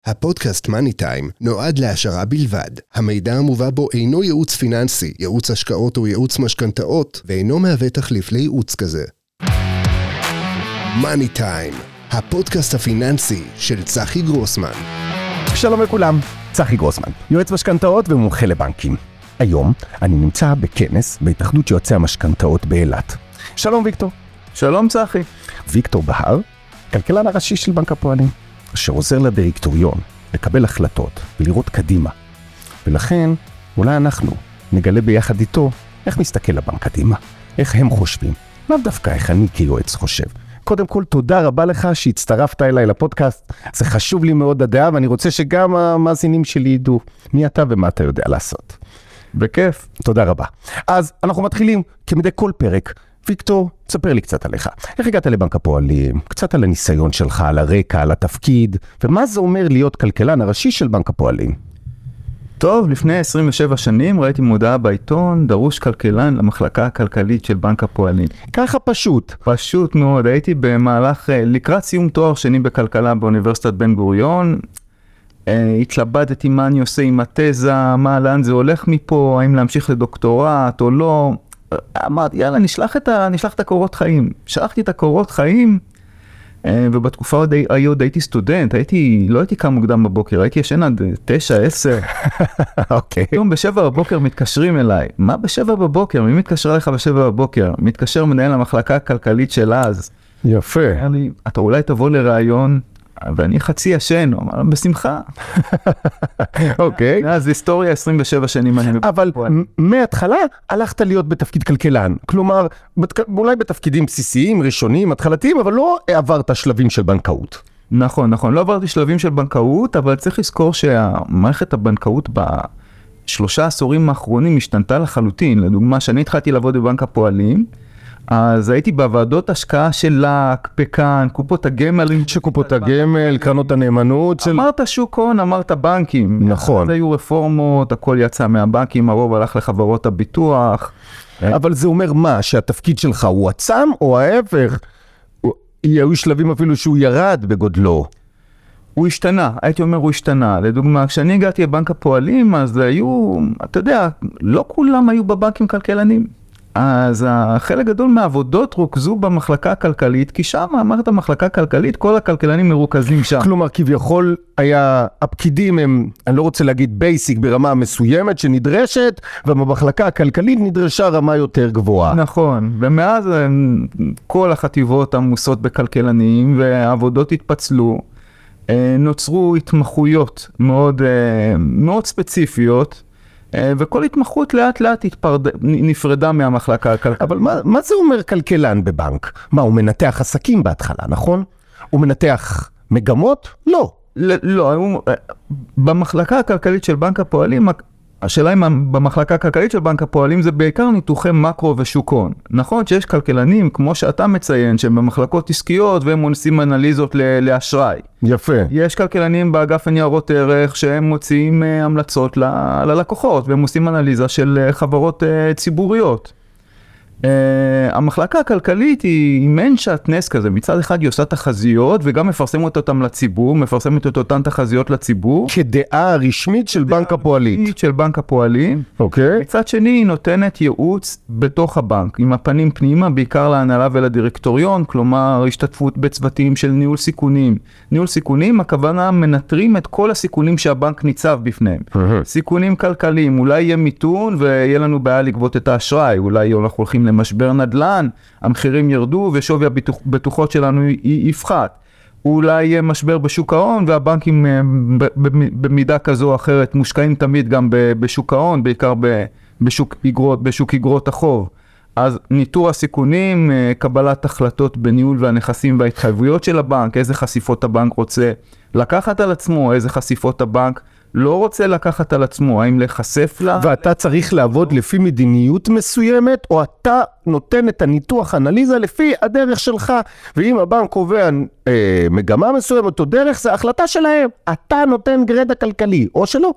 הפודקאסט מאני טיים נועד להשערה בלבד. המידע המובא בו אינו ייעוץ פיננסי, ייעוץ השקעות או ייעוץ משכנתאות, ואינו מהווה תחליף לייעוץ כזה. מאני טיים, הפודקאסט הפיננסי של צחי גרוסמן. שלום לכולם, צחי גרוסמן, יועץ משכנתאות ומומחה לבנקים. היום אני נמצא בכנס בהתאחדות יועצי המשכנתאות באילת. שלום ויקטור. שלום צחי. ויקטור בהר, כלכלן הראשי של בנק הפועלים, אשר עוזר לדירקטוריון לקבל החלטות ולראות קדימה. ולכן אולי אנחנו נגלה ביחד איתו איך מסתכל הבנק קדימה, איך הם חושבים, לאו דווקא איך אני כיועץ חושב. קודם כל, תודה רבה לך שהצטרפת אליי לפודקאסט. זה חשוב לי מאוד הדעה, ואני רוצה שגם המאזינים שלי ידעו מי אתה ומה אתה יודע לעשות. בכיף. תודה רבה. אז אנחנו מתחילים כמדי כל פרק. ויקטור, תספר לי קצת עליך. איך הגעת לבנק הפועלים? קצת על הניסיון שלך, על הרקע, על התפקיד, ומה זה אומר להיות כלכלן הראשי של בנק הפועלים? טוב, לפני 27 שנים ראיתי מודעה בעיתון, דרוש כלכלן למחלקה הכלכלית של בנק הפועלים. ככה פשוט. פשוט מאוד. הייתי במהלך, לקראת סיום תואר שני בכלכלה באוניברסיטת בן גוריון, התלבטתי מה אני עושה עם התזה, לאן זה הולך מפה, האם להמשיך לדוקטורט או לא. אמרתי, יאללה, נשלח את הקורות חיים. שלחתי את הקורות חיים, ובתקופה עוד הייתי סטודנט, לא הייתי קם מוקדם בבוקר, הייתי ישן עד 9, 10. אוקיי. היום ב7 בבוקר מתקשרים אליי. מה ב7 בבוקר? מי מתקשר לך ב7 בבוקר? מתקשר מנהל המחלקה הכלכלית של אז. יפה. אמר לי, אתה אולי תבוא לראיון, ואני חצי ישן, הוא אמר, בשמחה. אוקיי. אז היסטוריה 27 שנים. אבל מההתחלה הלכת להיות בתפקיד כלכלן. כלומר, אולי בתפקידים בסיסיים, ראשונים, התחלתיים, אבל לא עברת שלבים של בנקאות. נכון. לא עברתי שלבים של בנקאות, אבל צריך לזכור שהמערכת הבנקאות בשלושה עשורים האחרונים השתנתה לחלוטין. לדוגמה, שאני התחלתי לעבוד בבנק הפועלים, אז הייתי בוועדות השקעה של לק, פקן, קופות הגמל. שקופות הגמל, קרנות הנאמנות. אמרת שוק הון, אמרת בנקים. נכון. אז היו רפורמות, הכל יצא מהבנקים, הרוב הלך לחברות הביטוח. אבל זה אומר מה? שהתפקיד שלך הוא עצם או ההפך? היו שלבים אפילו שהוא ירד בגודלו. הוא השתנה, הייתי אומר הוא השתנה. לדוגמה, כשאני הגעתי לבנק הפועלים, אז היו, אתה יודע, לא כולם היו בבנקים כלכלנים. אז החלק גדול מהעבודות רוכזו במחלקה הכלכלית, כי שם אמרת מחלקה כלכלית, כל הכלכלנים מרוכזים שם. כלומר, כביכול היה, הפקידים הם, אני לא רוצה להגיד בייסיק ברמה מסוימת שנדרשת, ובמחלקה הכלכלית נדרשה רמה יותר גבוהה. נכון, ומאז כל החטיבות עמוסות בכלכלנים, והעבודות התפצלו, נוצרו התמחויות מאוד ספציפיות, וכל התמחות לאט לאט נפרדה מהמחלקה הכלכלית. אבל מה זה אומר כלכלן בבנק? מה, הוא מנתח עסקים בהתחלה, נכון? הוא מנתח מגמות? לא. לא, במחלקה הכלכלית של בנק הפועלים, השאלה אם במחלקה הכלכלית של בנק הפועלים זה בעיקר ניתוחי מקרו ושוק הון. נכון שיש כלכלנים, כמו שאתה מציין, שהם במחלקות עסקיות והם עושים אנליזות לאשראי. יפה. יש כלכלנים באגף הניירות ערך שהם מוציאים המלצות ללקוחות, והם עושים אנליזה של חברות ציבוריות. המחלקה הכלכלית היא מעין שעטנז כזה, מצד אחד היא עושה תחזיות וגם מפרסמת אותם לציבור, מפרסמת את אותן תחזיות לציבור. כדעה רשמית של בנק הפועלים. של בנק הפועלים. אוקיי. מצד שני היא נותנת ייעוץ בתוך הבנק, עם הפנים פנימה, בעיקר להנהלה ולדירקטוריון, כלומר השתתפות בצוותים של ניהול סיכונים. ניהול סיכונים, הכוונה מנטרים את כל הסיכונים שהבנק ניצב בפניהם. סיכונים כלכליים, אולי יהיה מיתון ויהיה לנו בעיה לגבות את האשראי, אולי אנחנו הולכים למשבר נדל"ן, המחירים ירדו ושווי הבטוחות שלנו יפחת. אולי יהיה משבר בשוק ההון, והבנקים במידה כזו או אחרת מושקעים תמיד גם בשוק ההון, בעיקר בשוק אגרות החוב. אז ניטור הסיכונים, קבלת החלטות בניהול והנכסים וההתחייבויות של הבנק, איזה חשיפות הבנק רוצה לקחת על עצמו, איזה חשיפות הבנק לא רוצה לקחת על עצמו, האם לחשף לה. ואתה צריך לעבוד לפי מדיניות מסוימת, או אתה נותן את הניתוח אנליזה לפי הדרך שלך, ואם הבנק קובע מגמה מסוימת או דרך, זה החלטה שלהם. אתה נותן גרדה כלכלי, או שלא.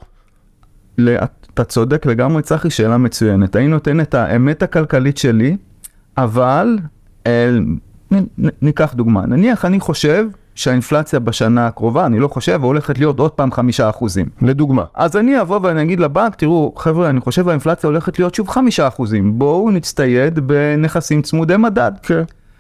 אתה צודק לגמרי, צחי, שאלה מצוינת. אני נותן את האמת הכלכלית שלי, אבל ניקח דוגמה. נניח אני חושב שהאינפלציה בשנה הקרובה, אני לא חושב, הולכת להיות עוד פעם 5%. לדוגמה. אז אני אבוא ואני אגיד לבנק, תראו, חבר'ה, אני חושב האינפלציה הולכת להיות שוב 5%. בואו נצטייד בנכסים צמודי מדד. כן.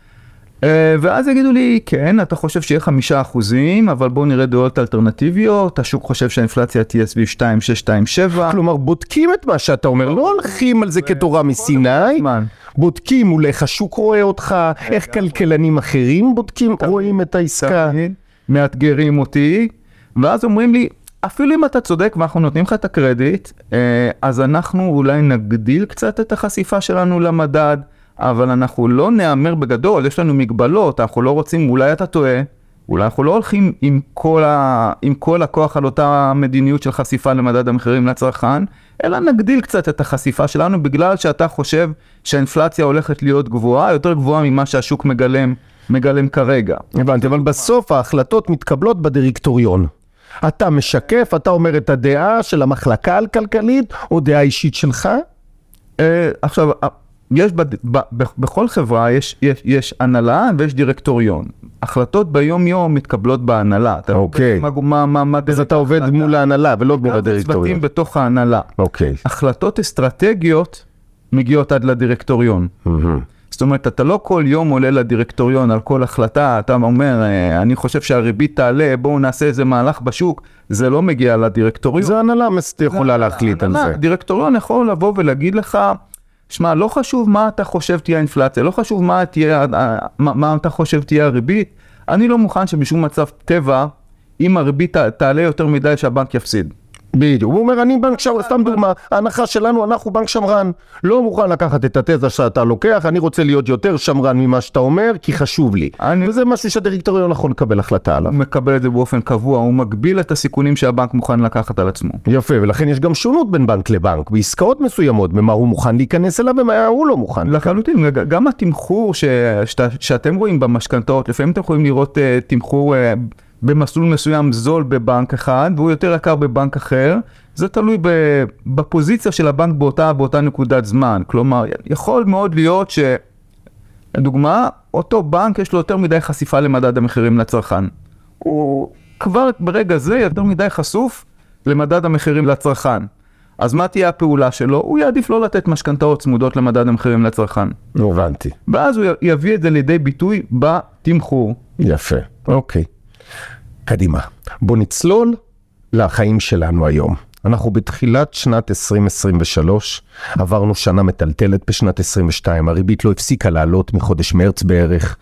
ואז יגידו לי, כן, אתה חושב שיהיה 5%, אבל בואו נראה דעות אלטרנטיביות, השוק חושב שהאינפלציה תהיה סביב 2.6-2.7. כלומר, בודקים את מה שאתה אומר, לא הולכים על זה כתורה מסיני, בודקים אולי איך השוק רואה אותך, איך כלכלנים אחרים בודקים, רואים את העסקה. מאתגרים אותי, ואז אומרים לי, אפילו אם אתה צודק ואנחנו נותנים לך את הקרדיט, אז אנחנו אולי נגדיל קצת את החשיפה שלנו למדד, אבל אנחנו לא נאמר בגדול, יש לנו מגבלות, אנחנו לא רוצים, אולי אתה טועה, אולי אנחנו לא הולכים עם כל הכוח על אותה מדיניות של חשיפה למדד המחירים לצרכן, אלא נגדיל קצת את החשיפה שלנו, בגלל שאתה חושב שהאינפלציה הולכת להיות גבוהה, יותר גבוהה ממה שהשוק מגלם כרגע. הבנתי, אבל בסוף ההחלטות מתקבלות בדירקטוריון. אתה משקף, אתה אומר את הדעה של המחלקה על כלכלית, או דעה אישית שלך? עכשיו, יש בכל חברה יש הנהלה ויש דירקטוריון. החלטות ביום יום מתקבלות בהנהלה. אוקיי. אז אתה עובד מול ההנהלה ולא מול הדירקטוריון. צוותים בתוך ההנהלה. אוקיי. החלטות אסטרטגיות מגיעות עד לדירקטוריון. זאת אומרת, אתה לא כל יום עולה לדירקטוריון על כל החלטה, אתה אומר, אני חושב שהריבית תעלה, בואו נעשה איזה מהלך בשוק, זה לא מגיע לדירקטוריון. זה הנהלה יכולה להחליט על זה. דירקטוריון יכול לבוא ולהגיד לך, שמע, לא חשוב מה אתה חושב תהיה האינפלציה, לא חשוב מה אתה חושב תהיה הריבית, אני לא מוכן שבשום מצב טבע, אם הריבית תעלה יותר מדי שהבנק יפסיד. בדיוק, הוא אומר, אני בנק שמרן, סתם דוגמה, ההנחה שלנו, אנחנו בנק שמרן, לא מוכן לקחת את התזה שאתה לוקח, אני רוצה להיות יותר שמרן ממה שאתה אומר, כי חשוב לי. וזה משהו שהדירקטוריון יכול לקבל החלטה עליו. הוא מקבל את זה באופן קבוע, הוא מגביל את הסיכונים שהבנק מוכן לקחת על עצמו. יפה, ולכן יש גם שונות בין בנק לבנק, בעסקאות מסוימות, במה הוא מוכן להיכנס אליו ומה הוא לא מוכן. לחלוטין, גם התמחור שאתם רואים במשכנתאות, לפעמים אתם יכולים לראות תמחור במסלול מסוים זול בבנק אחד, והוא יותר יקר בבנק אחר, זה תלוי בפוזיציה של הבנק באותה נקודת זמן. כלומר, יכול מאוד להיות לדוגמה, אותו בנק יש לו יותר מדי חשיפה למדד המחירים לצרכן. הוא כבר ברגע זה יותר מדי חשוף למדד המחירים לצרכן. אז מה תהיה הפעולה שלו? הוא יעדיף לא לתת משכנתאות צמודות למדד המחירים לצרכן. הבנתי. ואז הוא יביא את זה לידי ביטוי בתמחור. יפה, אוקיי. קדימה, בוא נצלול לחיים שלנו היום. אנחנו בתחילת שנת 2023, עברנו שנה מטלטלת בשנת 22, הריבית לא הפסיקה לעלות מחודש מרץ בערך,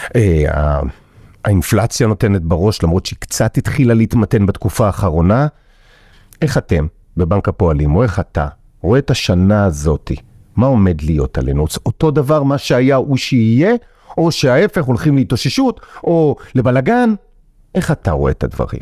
האינפלציה נותנת בראש, למרות שהיא קצת התחילה להתמתן בתקופה האחרונה. איך אתם בבנק הפועלים, או איך אתה רואה את השנה הזאת, מה עומד להיות עלינו? אותו דבר מה שהיה הוא שיהיה, או שההפך הולכים להתאוששות, או לבלגן? איך אתה רואה את הדברים?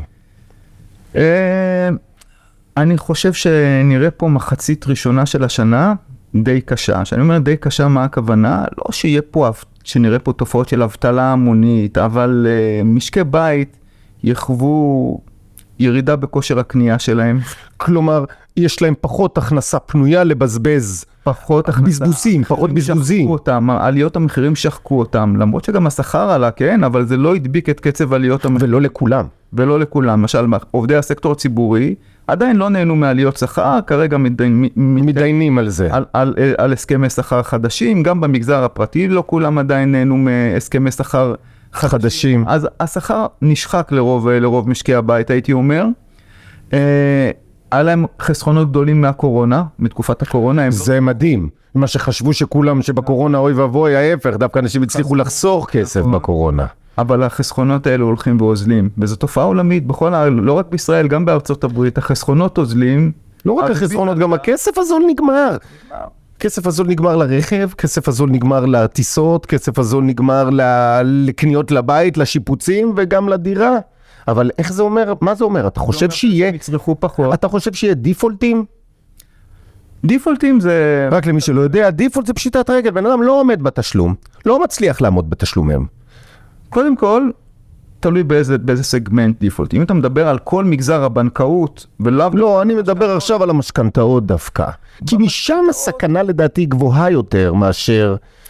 אני חושב שנראה פה מחצית ראשונה של השנה די קשה. שאני אומר די קשה, מה הכוונה? לא שיהיה פה, שנראה פה תופעות של אבטלה המונית, אבל משקי בית יחוו ירידה בכושר הקנייה שלהם. כלומר, יש להם פחות הכנסה פנויה לבזבז. פחות הכנסה. בזבוזים, פחות בזבוזים. עליות המחירים שחקו אותם, למרות שגם השכר עלה, כן, אבל זה לא הדביק את קצב עליות המחירים. ולא לכולם. ולא לכולם. למשל, עובדי הסקטור הציבורי עדיין לא נהנו מעליות שכר, כרגע מתדיינים על זה. על הסכמי שכר חדשים, גם במגזר הפרטי לא כולם עדיין נהנו מהסכמי שכר חדשים. אז השכר נשחק לרוב משקי הבית, הייתי אומר. היה להם חסכונות גדולים מהקורונה, מתקופת הקורונה. זה מדהים. מה שחשבו שכולם, שבקורונה אוי ואבוי, ההפך, דווקא אנשים הצליחו לחסוך כסף בקורונה. אבל החסכונות האלו הולכים ואוזלים, וזו תופעה עולמית, לא רק בישראל, גם בארצות הברית, החסכונות אוזלים. לא רק החסכונות, גם הכסף הזול נגמר. כסף הזול נגמר לרכב, כסף הזול נגמר לטיסות, כסף הזול נגמר לקניות לבית, לשיפוצים וגם לדירה. אבל איך זה אומר? מה זה אומר? אתה חושב שיהיה... יצרכו פחות. אתה חושב שיהיה דיפולטים? דיפולטים זה... רק למי שלא יודע, דיפולט זה פשיטת רגל. בן אדם לא עומד בתשלום, לא מצליח לעמוד בתשלומים. קודם כל, תלוי באיזה סגמנט דיפולט. אם אתה מדבר על כל מגזר הבנקאות, ולאו... לא, אני מדבר עכשיו על המשכנתאות דווקא. כי משם הסכנה לדעתי גבוהה יותר מאשר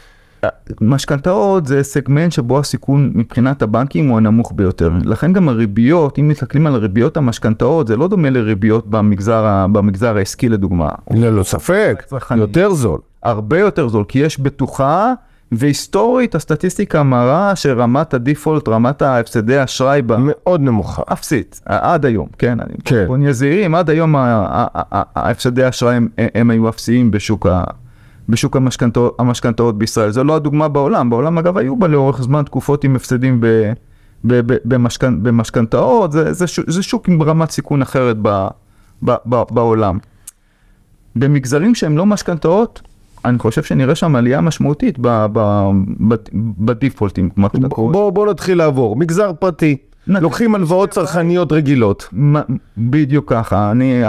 משכנתאות זה סגמנט שבו הסיכון מבחינת הבנקים הוא הנמוך ביותר. לכן גם הריביות, אם מסתכלים על הריביות המשכנתאות, זה לא דומה לריביות במגזר העסקי לדוגמה. ללא ספק, יותר זול. הרבה יותר זול, כי יש בטוחה, והיסטורית הסטטיסטיקה מראה שרמת הדיפולט, רמת ההפסדי האשראי בה מאוד נמוכה. אפסית, עד היום, כן? כן. בוא נהיה זהירים, עד היום ההפסדי האשראי הם היו אפסיים בשוק המשכנתאות בישראל. זו לא הדוגמה בעולם. בעולם אגב היו בה לאורך זמן תקופות עם הפסדים במשכנתאות. זה שוק עם רמת סיכון אחרת בעולם. במגזרים שהם לא משכנתאות, אני חושב שנראה שם עלייה משמעותית בדיפולטים. בוא נתחיל לעבור. מגזר פרטי. לוקחים הלוואות צרכניות רגילות. בדיוק ככה.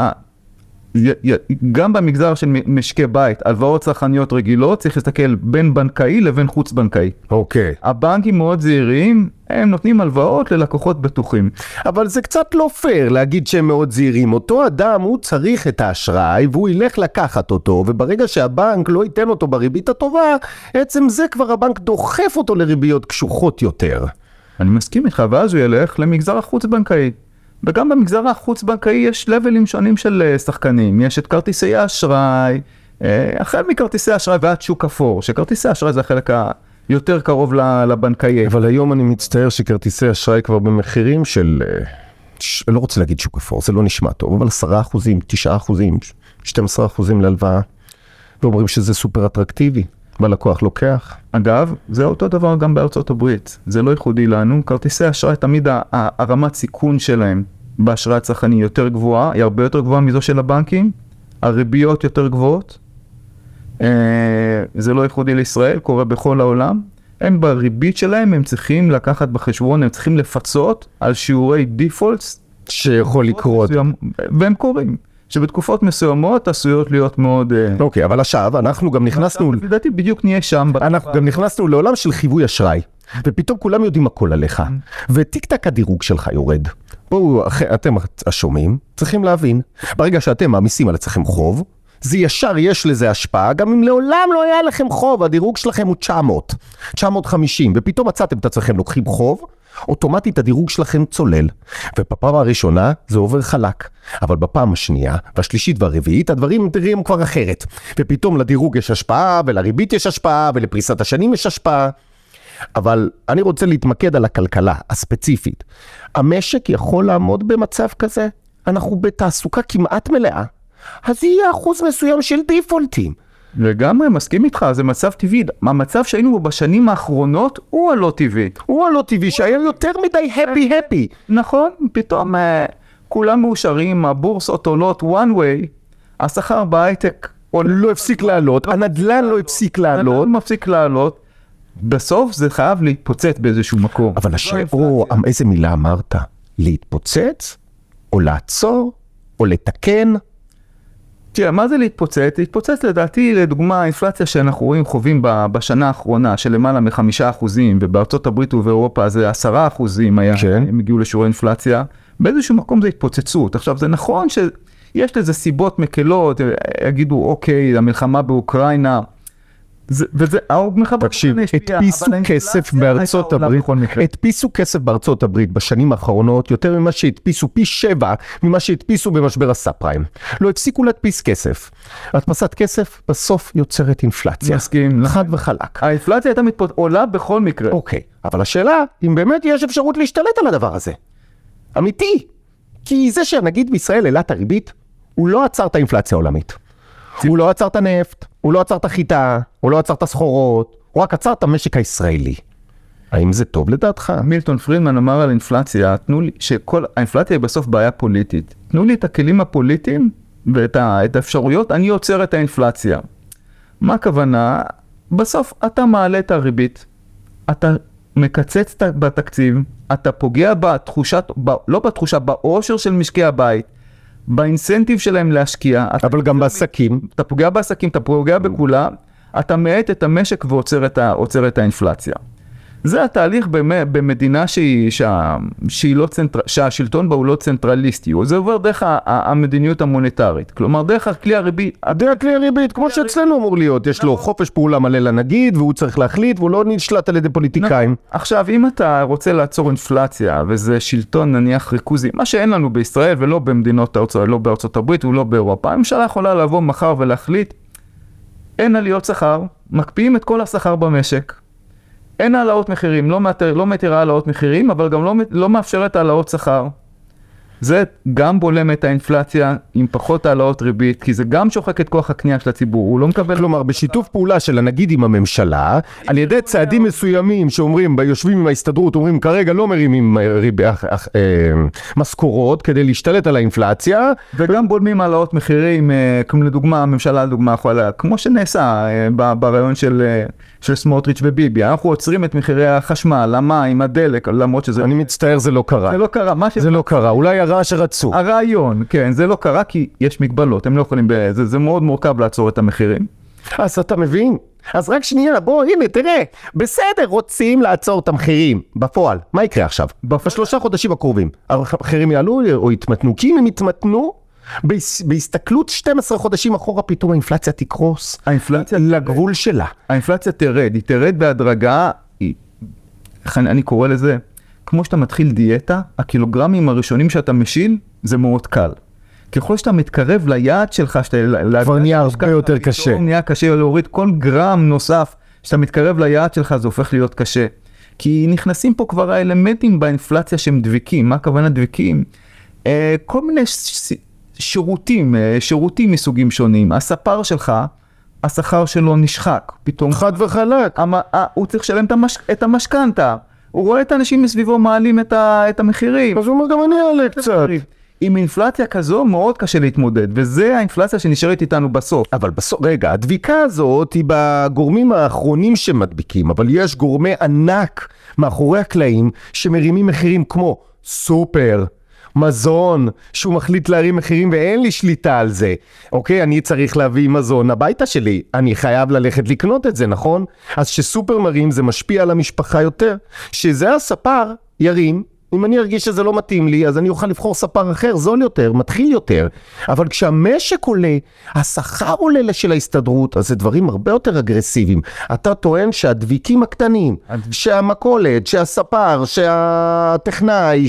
גם במגזר של משקי בית, הלוואות צרכניות רגילות, צריך להסתכל בין בנקאי לבין חוץ בנקאי. אוקיי. הבנקים מאוד זהירים, הם נותנים הלוואות ללקוחות בטוחים. אבל זה קצת לא פייר להגיד שהם מאוד זהירים. אותו אדם הוא צריך את האשראי והוא ילך לקחת אותו, וברגע שהבנק לא ייתן אותו בריבית הטובה, עצם זה כבר הבנק דוחף אותו לריביות קשוחות יותר. אני מסכים איתך, ואז הוא ילך למגזר החוץ בנקאי. וגם במגזר החוץ-בנקאי יש לבלים שונים של שחקנים. יש את כרטיסי האשראי, החל מכרטיסי האשראי ועד שוק אפור, שכרטיסי האשראי זה החלק היותר קרוב לבנקאי. אבל היום אני מצטער שכרטיסי האשראי כבר במחירים של, לא רוצה להגיד שוק אפור, זה לא נשמע טוב, אבל 10%, 9%, 12% להלוואה, ואומרים שזה סופר אטרקטיבי. והלקוח לוקח. אגב, זה אותו דבר גם בארצות הברית. זה לא ייחודי לנו. כרטיסי אשראי, תמיד הרמת סיכון שלהם באשראי הצרכני יותר גבוהה, היא הרבה יותר גבוהה מזו של הבנקים. הריביות יותר גבוהות. זה לא ייחודי לישראל, קורה בכל העולם. הם בריבית שלהם, הם צריכים לקחת בחשבון, הם צריכים לפצות על שיעורי דיפולטס. שיכול לקרות. והם קוראים. שבתקופות מסוימות עשויות להיות מאוד... אוקיי, אבל עכשיו אנחנו גם נכנסנו... לדעתי בדיוק נהיה שם. אנחנו גם נכנסנו לעולם של חיווי אשראי, ופתאום כולם יודעים הכל עליך, וטיק-טק הדירוג שלך יורד. בואו, אתם השומעים, צריכים להבין, ברגע שאתם מעמיסים על עצמכם חוב, זה ישר יש לזה השפעה, גם אם לעולם לא היה לכם חוב, הדירוג שלכם הוא 900, 950, ופתאום מצאתם את עצמכם לוקחים חוב, אוטומטית הדירוג שלכם צולל, ובפעם הראשונה זה עובר חלק, אבל בפעם השנייה והשלישית והרביעית הדברים נראים כבר אחרת, ופתאום לדירוג יש השפעה, ולריבית יש השפעה, ולפריסת השנים יש השפעה, אבל אני רוצה להתמקד על הכלכלה הספציפית. המשק יכול לעמוד במצב כזה? אנחנו בתעסוקה כמעט מלאה, אז יהיה אחוז מסוים של דיפולטים. לגמרי, מסכים איתך, זה מצב טבעי. המצב שהיינו בו בשנים האחרונות הוא הלא טבעי. הוא הלא טבעי, שהיה יותר מדי הפי. נכון, פתאום כולם מאושרים, הבורסות עולות one way, השכר בהייטק לא הפסיק לעלות, הנדל"ן לא הפסיק לעלות. הנדל"ן מפסיק לעלות, בסוף זה חייב להתפוצץ באיזשהו מקום. אבל איזה מילה אמרת? להתפוצץ? או לעצור? או לתקן? תראה, מה זה להתפוצץ? להתפוצץ לדעתי, לדוגמה, האינפלציה שאנחנו חווים בשנה האחרונה, של למעלה מ5%, ובארצות הברית ובאירופה זה 10% הם הגיעו לשיעורי אינפלציה, באיזשהו מקום זה התפוצצות. עכשיו, זה נכון שיש לזה סיבות מקלות, יגידו, אוקיי, המלחמה באוקראינה, תקשיב, הדפיסו כסף בארצות הברית בשנים האחרונות יותר ממה שהדפיסו פי 7 ממה שהדפיסו במשבר הסאב-פריים. לא הפסיקו להדפיס כסף. הדפסת כסף בסוף יוצרת אינפלציה. מסכים. חד וחלק. האינפלציה הייתה עולה בכל מקרה. אוקיי, אבל השאלה, אם באמת יש אפשרות להשתלט על הדבר הזה. אמיתי. כי זה שנגיד בישראל העלה את הריבית, הוא לא עצר את האינפלציה העולמית. הוא לא עצר את הנפט, הוא לא עצר את החיטה, הוא לא עצר את הסחורות, הוא רק עצר את המשק הישראלי. האם זה טוב לדעתך? מילטון פרידמן אמר על אינפלציה, האינפלציה היא בסוף בעיה פוליטית. תנו לי את הכלים הפוליטיים ואת האפשרויות, אני יוצר את האינפלציה. מה הכוונה? בסוף אתה מעלה את הריבית, אתה מקצץ בתקציב, אתה פוגע באושר של משקי הבית, באינסנטיב שלהם להשקיע. אבל גם בעסקים. אתה פוגע בעסקים, אתה פוגע בכולם, אתה מעט את המשק ועוצר את האינפלציה. זה התהליך במדינה שהשלטון בה הוא לא צנטרליסטי, זה עובר דרך המדיניות המוניטרית, כלומר דרך כלי הריבית. דרך כלי הריבית, כמו שאצלנו אמור להיות, יש לו חופש פעולה מלא לנגיד, והוא צריך להחליט, והוא לא נשלט על ידי פוליטיקאים. עכשיו, אם אתה רוצה לעצור אינפלציה, וזה שלטון נניח ריכוזי, מה שאין לנו בישראל ולא במדינות הארצות, לא בארצות הברית ולא באירופה, הממשלה יכולה לבוא מחר ולהחליט, אין עליות שכר, מקפיאים את כל השכר במשק, אין העלאות מחירים, לא מתירה העלאות מחירים, אבל גם לא מאפשרת העלאות שכר. זה גם בולם את האינפלציה עם פחות העלאות ריבית, כי זה גם שוחק את כוח הקנייה של הציבור, הוא לא מקבל... כלומר, בשיתוף פעולה של הנגיד עם הממשלה, על ידי צעדים מסוימים שאומרים, יושבים עם ההסתדרות, אומרים, כרגע לא מרימים משכורות כדי להשתלט על האינפלציה. וגם בולמים העלאות מחירים, כמו לדוגמה, הממשלה לדוגמה יכולה, כמו שנעשה ברעיון של סמוטריץ' וביבי, אנחנו עוצרים את מחירי החשמל, המים, הדלק, למרות שזה... אני מצטער, זה לא קרה. זה לא קרה, זה לא קרה, אולי הרע שרצו. הרעיון, כן, זה לא קרה כי יש מגבלות, הם לא יכולים, זה מאוד מורכב לעצור את המחירים. אז אתה מבין? אז רק שנייה, בוא, הנה, תראה, בסדר, רוצים לעצור את המחירים, בפועל. מה יקרה עכשיו? בשלושה חודשים הקרובים, המחירים יעלו או יתמתנו, כי אם הם יתמתנו, בהסתכלות 12 חודשים אחורה פתאום האינפלציה תקרוס. האינפלציה לגבול שלה. האינפלציה תרד, היא תרד בהדרגה, אני קורא לזה, כמו שאתה מתחיל דיאטה, הקילוגרמים הראשונים שאתה משיל, זה מאוד קל. ככל שאתה מתקרב ליעד שלך, כבר נהיה הרבה יותר קשה. נהיה קשה להוריד כל גרם נוסף, שאתה מתקרב ליעד שלך, זה הופך להיות קשה. כי נכנסים פה כבר האלמנטים באינפלציה שהם דביקים. מה הכוונה דביקים? כל מיני שירותים מסוגים שונים. הספר שלך, השכר שלו נשחק. פתאום חד וחלק. הוא צריך לשלם את המשכנתה. הוא רואה את האנשים מסביבו מעלים את המחירים. אז הוא אומר, גם אני אעלה קצת. עם אינפלציה כזו מאוד קשה להתמודד, וזה האינפלציה שנשארת איתנו בסוף. אבל בסוף, רגע, הדביקה הזאת היא בגורמים האחרונים שמדביקים, אבל יש גורמי ענק מאחורי הקלעים שמרימים מחירים כמו סופר, מזון, שהוא מחליט להרים מחירים ואין לי שליטה על זה. אוקיי, אני צריך להביא מזון הביתה שלי, אני חייב ללכת לקנות את זה, נכון? אז שסופר מרים זה משפיע על המשפחה יותר, שזה הספר ירים, אם אני ארגיש שזה לא מתאים לי, אז אני אוכל לבחור ספר אחר, זול יותר, מתחיל יותר. אבל כשהמשק עולה, השכר עולה של ההסתדרות, אז זה דברים הרבה יותר אגרסיביים. אתה טוען שהדביקים הקטנים, שהמקולת, שהספר, שהטכנאי,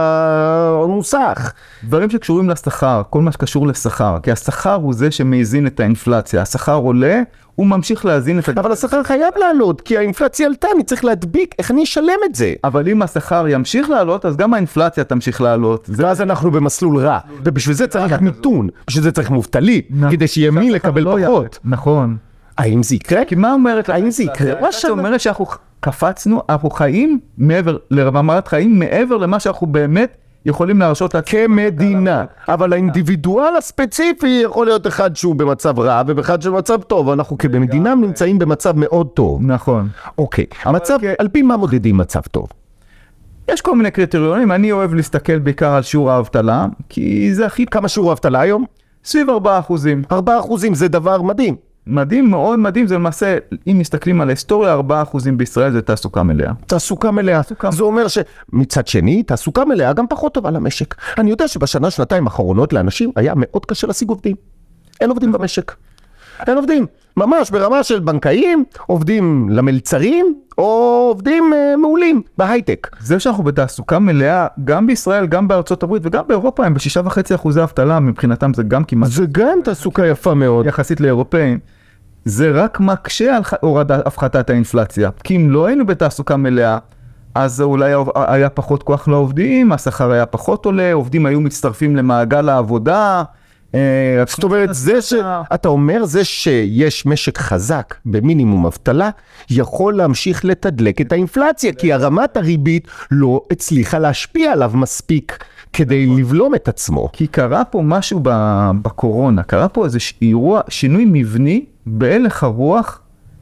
שהמוסך, דברים שקשורים לשכר, כל מה שקשור לשכר, כי השכר הוא זה שמאזין את האינפלציה. השכר עולה, הוא ממשיך להזין את... אבל השכר חייב לעלות, כי האינפלציה עלתה, אני צריך להדביק, איך אני אשלם את זה? אבל אם השכר ימשיך לעלות, אז גם האינפלציה תמשיך לעלות. ואז אנחנו במסלול רע, ובשביל זה צריך מיתון, בשביל זה צריך מובטלי, כדי שיהיה מי לקבל פחות. נכון. האם זה יקרה? כי מה אומרת? האם זה יקרה? זאת אומרת שאנחנו קפצנו, אנחנו חיים מעבר, לרמת חיים מעבר למה שאנחנו באמת יכולים להרשות כמדינה, אבל האינדיבידואל הספציפי יכול להיות אחד שהוא במצב רע ובאחד שהוא במצב טוב, אנחנו כבמדינה נמצאים במצב מאוד טוב. נכון. אוקיי, מצב, על פי מה מודדים מצב טוב? יש כל מיני קריטריונים, אני אוהב להסתכל בעיקר על שיעור האבטלה, כי זה הכי... כמה שיעור האבטלה היום? סביב 4%. 4% זה דבר מדהים. מדהים, מאוד מדהים, זה למעשה, אם מסתכלים על ההיסטוריה, 4% בישראל זה תעסוקה מלאה. תעסוקה מלאה. זה אומר שמצד שני, תעסוקה מלאה גם פחות טובה למשק. אני יודע שבשנה, שנתיים האחרונות לאנשים היה מאוד קשה להשיג עובדים. אין עובדים במשק. אין עובדים. ממש ברמה של בנקאים, עובדים למלצרים, או עובדים מעולים בהייטק. זה שאנחנו בתעסוקה מלאה, גם בישראל, גם בארצות הברית, וגם באירופה, הם ב6.5% אבטלה, מבחינתם זה גם כמעט... זה גם תעסוקה יפה מאוד. יחסית לאירופאים. זה רק מקשה על הורדת הפחתת האינפלציה. כי אם לא היינו בתעסוקה מלאה, אז אולי היה פחות כוח לעובדים, השכר היה פחות עולה, עובדים היו מצטרפים למעגל העבודה. זאת אומרת, אתה אומר, זה שיש משק חזק במינימום אבטלה, יכול להמשיך לתדלק את האינפלציה, כי הרמת הריבית לא הצליחה להשפיע עליו מספיק כדי לבלום את עצמו. כי קרה פה משהו בקורונה, קרה פה איזה אירוע, שינוי מבני בהלך הרוח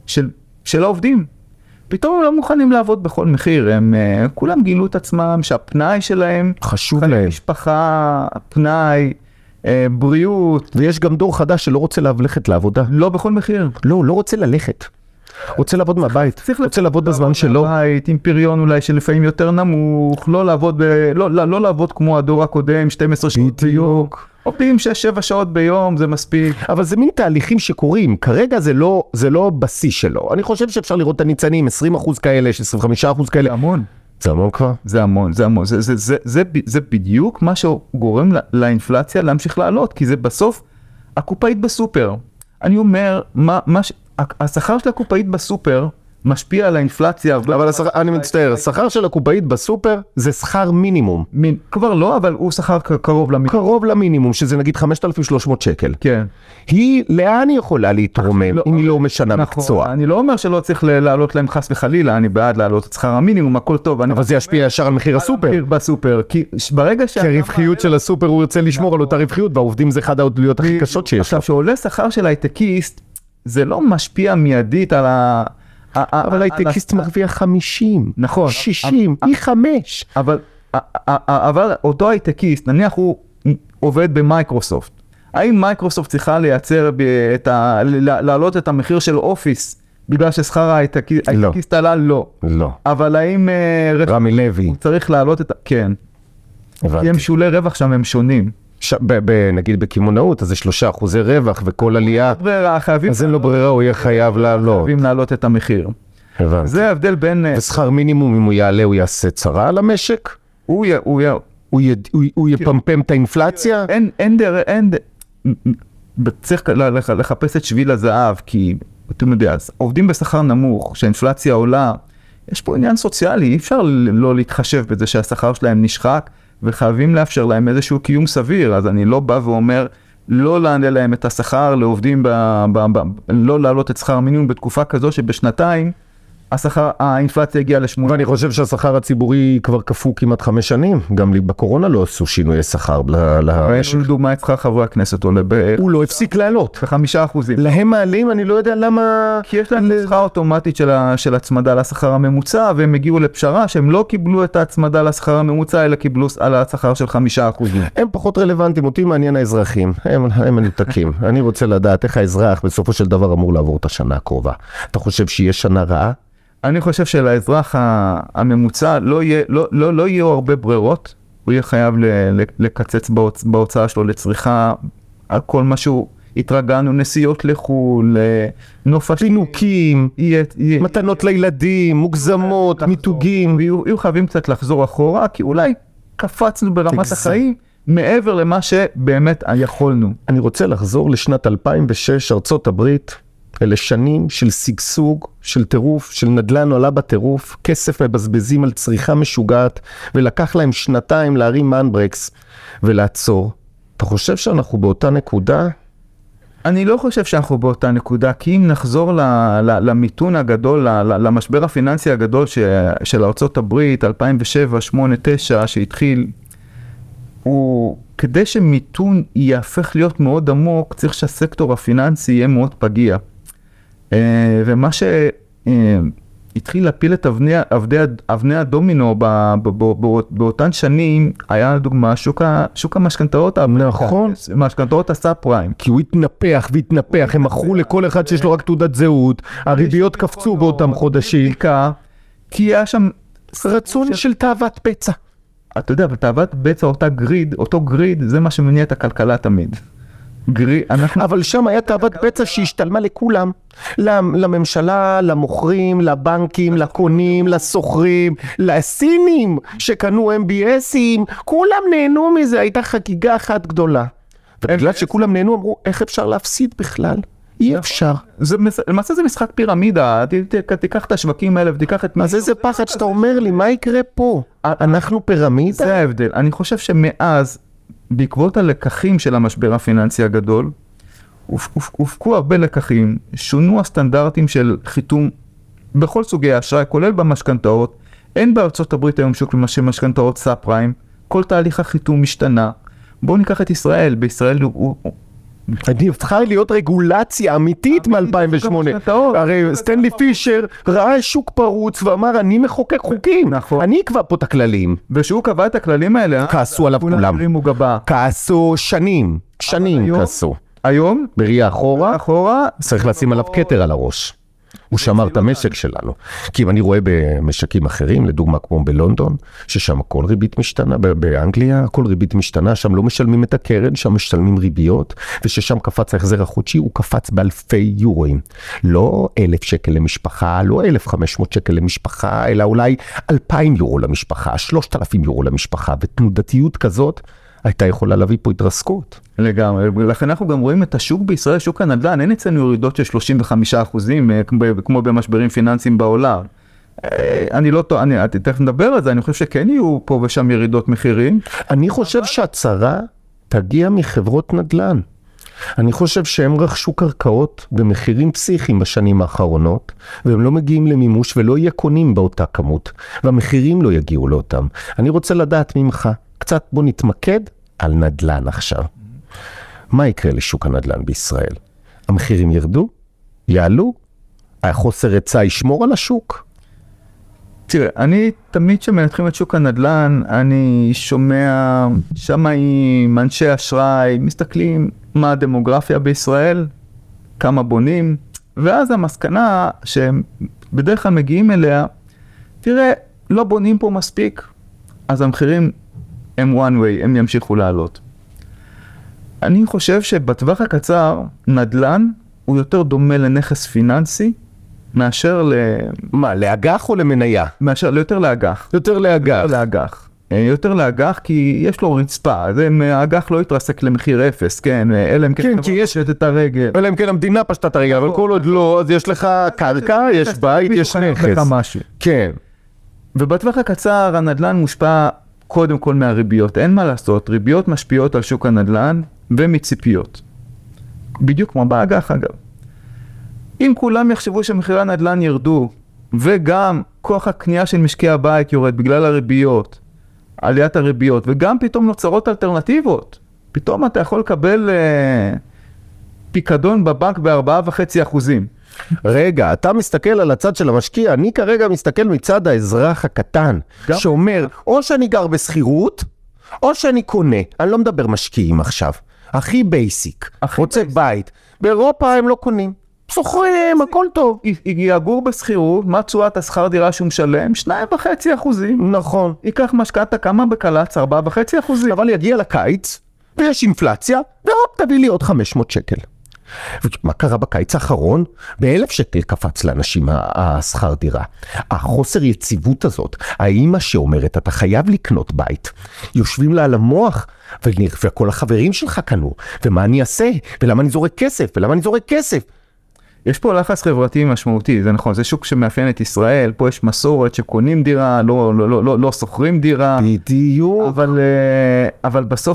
של העובדים. פתאום הם לא מוכנים לעבוד בכל מחיר, הם כולם גילו את עצמם שהפנאי שלהם חשוב להם. משפחה, פנאי, בריאות. ויש גם דור חדש שלא רוצה ללכת לעבודה. לא בכל מחיר. לא רוצה ללכת. רוצה לעבוד מהבית, רוצה לעבוד בזמן שלו. עם פריון אולי שלפעמים יותר נמוך, לא לעבוד כמו הדור הקודם, 12 שעות ביום. עובדים 6-7 שעות ביום, זה מספיק. אבל זה מין תהליכים שקורים, כרגע זה לא בשיא שלו. אני חושב שאפשר לראות את הניצנים, 20% כאלה, 25% כאלה. זה המון. זה המון כבר? זה המון. זה בדיוק מה שגורם לאינפלציה להמשיך לעלות, כי זה בסוף הקופאית בסופר. אני אומר, השכר של הקופאית בסופר משפיע על האינפלציה. אבל אני מצטער, השכר של הקופאית בסופר זה שכר מינימום. כבר לא, אבל הוא שכר קרוב למינימום. קרוב למינימום, שזה נגיד 5,300 שקל. כן. היא, לאן היא יכולה להתרומם אם היא לא משנה מקצוע? אני לא אומר שלא צריך להעלות להם חס וחלילה, אני בעד להעלות את שכר המינימום, הכל טוב. אבל זה ישפיע ישר על מחיר הסופר. מחיר בסופר, כי ברגע כי הרווחיות של הסופר הוא ירצה לשמור על אותה רווחיות, והעובדים זה אחד העדויות הכי קשות שיש. עכשיו, שעולה שכר של הייטקיסט, זה לא משפיע מיידית על אבל הייטקיסט מרוויח 50, נכון, 60, היא 5. אבל אותו הייטקיסט, נניח הוא עובד במייקרוסופט, האם מייקרוסופט צריכה לייצר, להעלות את המחיר של אופיס, בגלל ששכר הייטקיסט עלה? לא. לא. אבל האם רמי לוי צריך להעלות את... כן. כי הם שולי רווח שם, הם שונים. נגיד בקימונאות, אז זה 3% רווח וכל עלייה, אז אין לו ברירה, הוא יהיה חייב לעלות. חייבים לעלות את המחיר. הבנתי. זה ההבדל בין... ושכר מינימום, אם הוא יעלה, הוא יעשה צרה על המשק? הוא יפמפם את האינפלציה? צריך לחפש את שביל הזהב, כי אתם יודעים, עובדים בשכר נמוך, שהאינפלציה עולה, יש פה עניין סוציאלי, אי אפשר לא להתחשב בזה שהשכר שלהם נשחק, וחייבים לאפשר להם איזשהו קיום סביר, אז אני לא בא ואומר, לא לענה להם את השכר לעובדים, לא להעלות את שכר המינימום בתקופה כזו שבשנתיים, האינפלציה הגיעה ל8. ואני חושב שהשכר הציבורי כבר קפוא כמעט 5 שנים, גם בקורונה לא עשו שינוי שכר. ראינו לדוגמה את שכר חברי הכנסת עולה הוא לא הפסיק לעלות. ב5%. להם מעלים, אני לא יודע למה... כי יש להם שכר אוטומטית של הצמדה לשכר הממוצע, והם הגיעו לפשרה שהם לא קיבלו את ההצמדה לשכר הממוצע, אלא קיבלו על השכר של 5%. הם פחות רלוונטיים, אותי מעניין האזרחים, הם מנותקים. אני רוצה לדעת איך האזרח בסופו של דבר אמור לעבור את השנה הקרובה. אתה חושב שיש שנה רעה? אני חושב שלאזרח הממוצע לא יהיו הרבה ברירות, הוא יהיה חייב לקצץ בהוצאה שלו לצריכה על כל משהו, התרגלנו, נסיעות לחול, נופש... פינוקים, מתנות לילדים, מוגזמות, מיתוגים. יהיו חייבים קצת לחזור אחורה, כי אולי קפצנו ברמת החיים מעבר למה שבאמת יכולנו. אני רוצה לחזור לשנת 2006, ארצות הברית, אלה שנים של סגסוג, של טירוף, של נדל"ן עולה בטירוף, כסף מבזבזים על צריכה משוגעת, ולקח להם 2 להרים מנברקס ולעצור. אתה חושב שאנחנו באותה נקודה? אני לא חושב שאנחנו באותה נקודה, כי אם נחזור למיתון הגדול, למשבר הפיננסי הגדול של ארצות הברית, 2007, 2008, 2009, שהתחיל, כדי שמיתון יהפך להיות מאוד עמוק, צריך שהסקטור הפיננסי יהיה מאוד פגיע. ומה שהתחיל להפיל את אבני הדומינו באותן שנים, היה לדוגמה שוק המשכנתאות, נכון, משכנתאות הסאב פריים. כי הוא התנפח והתנפח, הם מכרו לכל אחד שיש לו רק תעודת זהות, הריביות קפצו באותם חודשים. כי היה שם רצון של תאוות בצע. אתה יודע, בתאוות בצע, אותו גריד, זה מה שמניע את הכלכלה תמיד. אבל שם היה תאוות בצע שהשתלמה לכולם, לממשלה, למוכרים, לבנקים, לקונים, לסוחרים, לסינים שקנו MBSים, כולם נהנו מזה, הייתה חגיגה אחת גדולה. ובגלל שכולם נהנו אמרו, איך אפשר להפסיד בכלל? אי אפשר. למעשה זה משחק פירמידה, תיקח את השווקים האלה ותיקח את... אז איזה פחד שאתה אומר לי, מה יקרה פה? אנחנו פירמידה? זה ההבדל. אני חושב שמאז, בעקבות הלקחים של המשבר הפיננסי הגדול, הופקו הרבה לקחים, שונו הסטנדרטים של חיתום בכל סוגי האשראי, כולל במשכנתאות. אין בארצות הברית היום שוק משכנתאות סאב פריים, כל תהליך החיתום משתנה. בואו ניקח את ישראל, בישראל אני הבטחה להיות רגולציה אמיתית מ-2008. הרי סטנלי פישר ראה שוק פרוץ ואמר, אני מחוקק חוקים. אני אקבע פה את הכללים. ושהוא קבע את הכללים האלה, כעסו עליו כולם. כעסו שנים כעסו. היום? בראייה אחורה, צריך לשים עליו כתר על הראש. הוא שמר את המשק שלנו. כי אם אני רואה במשקים אחרים, לדוגמה כמו בלונדון, ששם הכל ריבית משתנה, באנגליה הכל ריבית משתנה, שם לא משלמים את הקרן, שם משלמים ריביות, וששם קפץ ההחזר החודשי, הוא קפץ באלפי יורוים. לא 1,000 שקל למשפחה, לא 1,500 שקל למשפחה, אלא אולי 2,000 יורו למשפחה, 3,000 יורו למשפחה, ותנודתיות כזאת הייתה יכולה להביא פה התרסקות. לגמרי, לכן אנחנו גם רואים את השוק בישראל, שוק הנדל"ן, אין אצלנו ירידות של 35%, כמו במשברים פיננסיים בעולם. אני תכף נדבר על זה, אני חושב שכן יהיו פה ושם ירידות מחירים. אני חושב שהצרה תגיע מחברות נדל"ן. אני חושב שהם רכשו קרקעות במחירים פסיכיים בשנים האחרונות, והם לא מגיעים למימוש ולא יהיה קונים באותה כמות, והמחירים לא יגיעו לאותם. אני רוצה לדעת ממך, קצת בוא נתמקד על נדל"ן עכשיו. מה יקרה לשוק הנדל"ן בישראל? המחירים ירדו? יעלו? החוסר היצע ישמור על השוק? תראה, אני תמיד כשמנתחים את שוק הנדל"ן, אני שומע שמאים, אנשי אשראי, מסתכלים מה הדמוגרפיה בישראל, כמה בונים, ואז המסקנה שהם בדרך כלל מגיעים אליה, תראה, לא בונים פה מספיק, אז המחירים הם one way, הם ימשיכו לעלות. אני חושב שבטווח הקצר, נדל"ן הוא יותר דומה לנכס פיננסי, מאשר מה, לאג"ח או למניה? יותר לאג"ח. יותר לאג"ח. יותר לאג"ח כי יש לו רצפה, האג"ח לא יתרסק למחיר אפס, כן, אלא אם כן, כי יש את הרגל. אלא אם כן המדינה פשטה את הרגל, אבל כל עוד לא, אז יש לך קרקע, יש בית, יש נכס. כן. ובטווח הקצר הנדל"ן מושפע קודם כל מהריביות, אין מה לעשות, ריביות משפיעות על שוק הנדל"ן ומציפיות. בדיוק כמו באג"ח אגב. אם כולם יחשבו שמחירי הנדל"ן ירדו, וגם כוח הקנייה של משקי הבית יורד בגלל הריביות, עליית הריביות, וגם פתאום נוצרות אלטרנטיבות, פתאום אתה יכול לקבל פיקדון בבנק ב4.5%. רגע, אתה מסתכל על הצד של המשקיע, אני כרגע מסתכל מצד האזרח הקטן, שאומר, או שאני גר בסחירות, או שאני קונה, אני לא מדבר משקיעים עכשיו, הכי בייסיק, רוצה בית, באירופה הם לא קונים. סוחרים, הכל טוב. יגור בסחירות, מה תשואת השכר דירה שהוא משלם? 2.5%. נכון. ייקח משכנתה כמה בקלץ? 4.5%. אבל יגיע לקיץ, ויש אינפלציה, והופ, תביא לי עוד 500 שקל. מה קרה בקיץ האחרון? ב1,000 שקל קפץ לאנשים השכר דירה. החוסר יציבות הזאת, האמא שאומרת, אתה חייב לקנות בית, יושבים לה על המוח, וכל החברים שלך קנו, ומה אני אעשה? ולמה אני זורק כסף? ולמה אני זורק כסף? יש פה לחץ חברתי משמעותי, זה נכון, זה שוק שמאפיין את ישראל, פה יש מסורת שקונים דירה, לא שוכרים דירה. בדיוק. אבל בסוף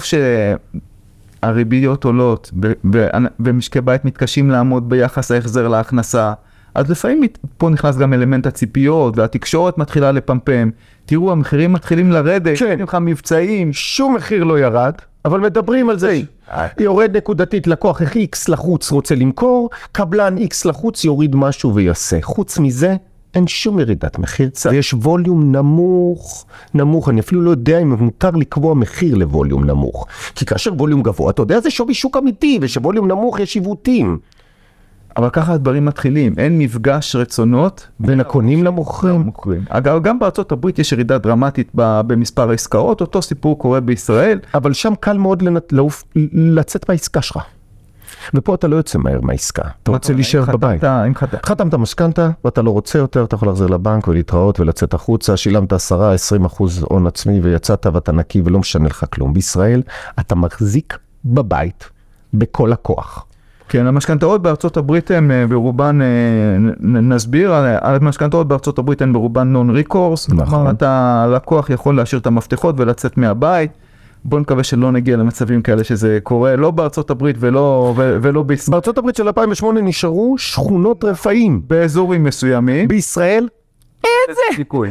שהריביות עולות, ומשקי בית מתקשים לעמוד ביחס ההחזר להכנסה, אז לפעמים פה נכנס גם אלמנט הציפיות, והתקשורת מתחילה לפמפם. תראו, המחירים מתחילים לרדת, כן. לך מבצעים. שום מחיר לא ירד, אבל מדברים על זה. יורד נקודתית, לקוח X לחוץ רוצה למכור, קבלן X לחוץ יוריד משהו ויעשה. חוץ מזה, אין שום ירידת מחיר. ויש ווליום נמוך, אני אפילו לא יודע אם מותר לקבוע מחיר לווליום נמוך. כי כאשר ווליום גבוה, אתה יודע, זה שווי שוק אמיתי, ושווליום נמוך יש עיוותים. אבל ככה הדברים מתחילים, אין מפגש רצונות בין הקונים למוכרים. אגב, גם בארצות הברית יש ירידה דרמטית במספר העסקאות, אותו סיפור קורה בישראל. אבל שם קל מאוד לצאת מהעסקה שלך. ופה אתה לא יוצא מהר מהעסקה, אתה רוצה להישאר בבית. חתמת משכנתה, ואתה לא רוצה יותר, אתה יכול לחזור לבנק ולהתראות ולצאת החוצה, שילמת 10-20% הון עצמי ויצאת ואתה נקי ולא משנה לך כלום. בישראל אתה מחזיק בבית בכל הכוח. כן, המשכנתאות בארצות הברית הן ברובן, נסביר, המשכנתאות בארצות הברית הן ברובן נון-ריקורס, כלומר, הלקוח יכול להשאיר את המפתחות ולצאת מהבית, בוא נקווה שלא נגיע למצבים כאלה שזה קורה, לא בארצות הברית ולא בישראל. בארצות הברית של 2008 נשארו שכונות רפאים. באזורים מסוימים. בישראל? איזה סיכוי.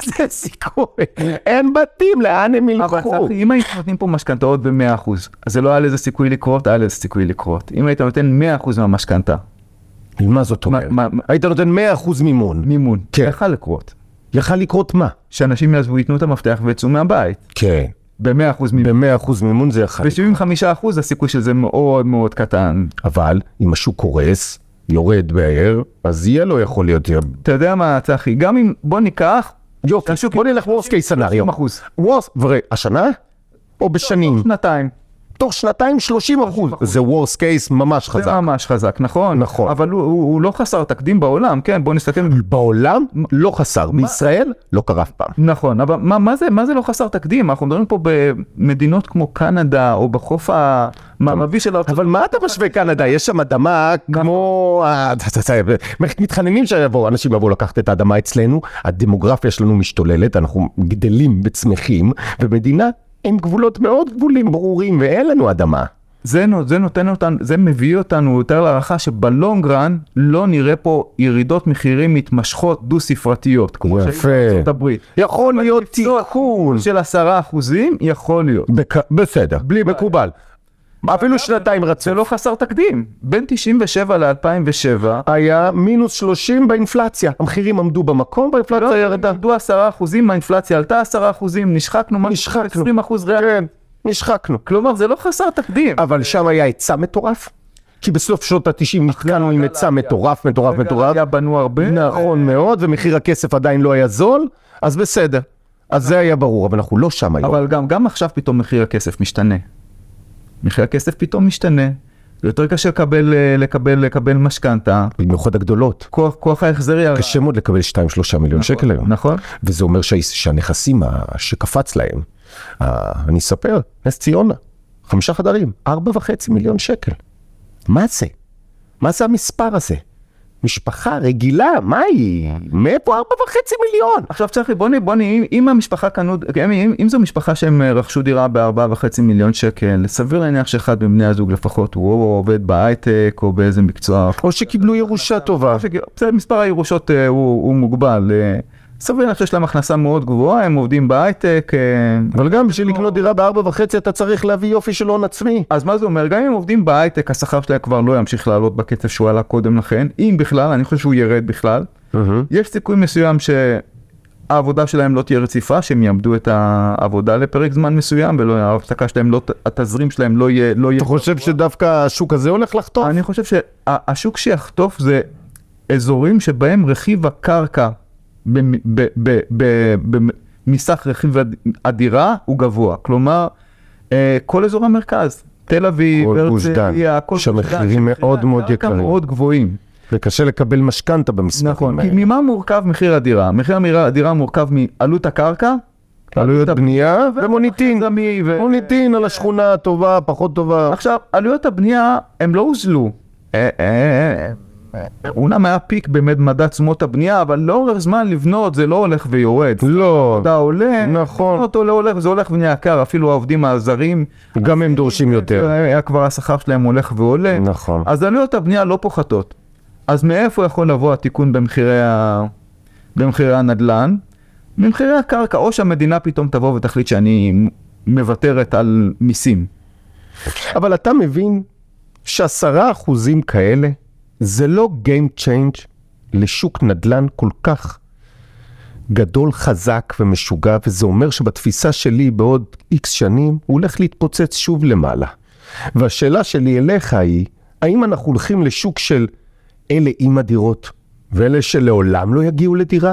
אין בתים, לאן הם ילכו? אבל אם היית נותנים פה משכנתאות ב100%, אז זה לא היה לזה סיכוי לקרות, היה לזה סיכוי לקרות. אם היית נותן 100% מהמשכנתה. מה זאת אומרת? היית נותן 100% מימון. מימון. יכל לקרות. יכל לקרות מה? שאנשים יעזבו, ייתנו את המפתח ויצאו מהבית. כן. ב100% מימון. ב100% מימון זה יכל. ב75% הסיכוי של זה מאוד מאוד קטן. אבל אם השוק קורס, יורד בהר, אז יהיה לו יכול להיות... אתה יודע מה, צחי, גם אם בוא ניקח... יופי, בוא נלך worst case scenario. 30%. השנה? או בשנים? שנתיים. תוך שנתיים 30%. זה worst case ממש חזק. זה ממש חזק, נכון? נכון. אבל הוא לא חסר תקדים בעולם, כן? בוא נסתכל. בעולם לא חסר, בישראל לא קרה אף פעם. נכון, אבל מה זה לא חסר תקדים? אנחנו מדברים פה במדינות כמו קנדה, או בחוף המערבי של ארצות. אבל מה אתה משווה קנדה? יש שם אדמה כמו... מתחננים שאנשים יבואו לקחת את האדמה אצלנו, הדמוגרפיה שלנו משתוללת, אנחנו גדלים בצמחים, ומדינה עם גבולות מאוד גבולים ברורים, ואין לנו אדמה. זה נותן אותנו, זה מביא אותנו יותר להערכה שבלונגרן לא נראה פה ירידות מחירים מתמשכות דו-ספרתיות. יפה. הברית. יכול להיות תיקון. של 10% יכול להיות. בסדר, בלי מקובל. אפילו שנתיים רצוף. זה לא חסר תקדים. בין 97 ל-2007 היה מינוס 30 באינפלציה. המחירים עמדו במקום, באינפלציה ירדה. עמדו 10%, האינפלציה עלתה 10%, נשחקנו 20% ריאל. כן, נשחקנו. כלומר, זה לא חסר תקדים. אבל שם היה היצע מטורף. כי בסוף שנות ה-90 נתקענו עם היצע מטורף. היה בנו הרבה. נכון מאוד, ומחיר הכסף עדיין לא היה זול, אז בסדר. אז זה היה ברור, אבל אנחנו לא שם היום. אבל גם עכשיו פתאום מחיר הכסף משתנה. מחיר הכסף פתאום משתנה, זה יותר קשה לקבל משכנתה. במיוחד הגדולות. כוח ההחזר ירד. קשה מאוד לקבל 2-3 מיליון שקל היום. נכון. וזה אומר שהנכסים שקפץ להם, אני אספר, נס ציונה, 5 חדרים, 4.5 מיליון שקל. מה זה? מה זה המספר הזה? משפחה רגילה, מה היא? מאיפה 4.5 מיליון? עכשיו צחי, אם המשפחה קנו, אם זו משפחה שהם רכשו דירה ב4.5 מיליון שקל, סביר להניח שאחד מבני הזוג לפחות הוא עובד בהייטק או באיזה מקצוע. או שקיבלו ירושה טובה. מספר הירושות הוא מוגבל. סביר להניח שיש להם הכנסה מאוד גבוהה, הם עובדים בהייטק. אבל גם בשביל לקנות דירה ב4.5 אתה צריך להביא יופי של הון עצמי. אז מה זה אומר? גם אם הם עובדים בהייטק, השכר שלהם כבר לא ימשיך לעלות בקצב שהוא עלה קודם לכן. אם בכלל, אני חושב שהוא ירד בכלל. יש סיכוי מסוים שהעבודה שלהם לא תהיה רציפה, שהם יעמדו את העבודה לפרק זמן מסוים, וההפסקה שלהם, התזרים שלהם לא יהיה... אתה חושב שדווקא השוק הזה הולך לחטוף? אני חושב שהשוק שיחטוף זה אזורים שבהם רכיב הקרקע מסך רכיב הדירה הוא גבוה. כלומר, כל אזור המרכז, תל אביב, הרצליה, כל שהמחירים מאוד מאוד יקרים. מאוד גבוהים. וקשה לקבל משכנתה במספרים. נכון, כי ממה מורכב מחיר הדירה? מחיר הדירה מורכב מעלות הקרקע, עלויות בנייה ומוניטין. מוניטין על השכונה הטובה, פחות טובה. עכשיו, עלויות הבנייה הם לא הוזלו. אומנם היה פיק באמת מדד תשומות הבנייה, אבל לאורך זמן לבנות זה לא הולך ויורד. לא. אתה עולה, נכון. אותו לא הולך, זה הולך ונהיה יקר, אפילו העובדים הזרים. גם הם דורשים יותר. היה כבר השכר שלהם הולך ועולה. נכון. אז עלויות הבנייה לא פוחתות. אז מאיפה יכול לבוא התיקון במחירי הנדל"ן? ממחירי הקרקע, או שהמדינה פתאום תבוא ותחליט שאני מוותרת על מיסים. אבל אתה מבין ש10% כאלה, זה לא game change לשוק נדל"ן כל כך גדול, חזק ומשוגע, וזה אומר שבתפיסה שלי בעוד X שנים הוא הולך להתפוצץ שוב למעלה. והשאלה שלי אליך היא, האם אנחנו הולכים לשוק של אלה עם הדירות, ואלה שלעולם לא יגיעו לדירה?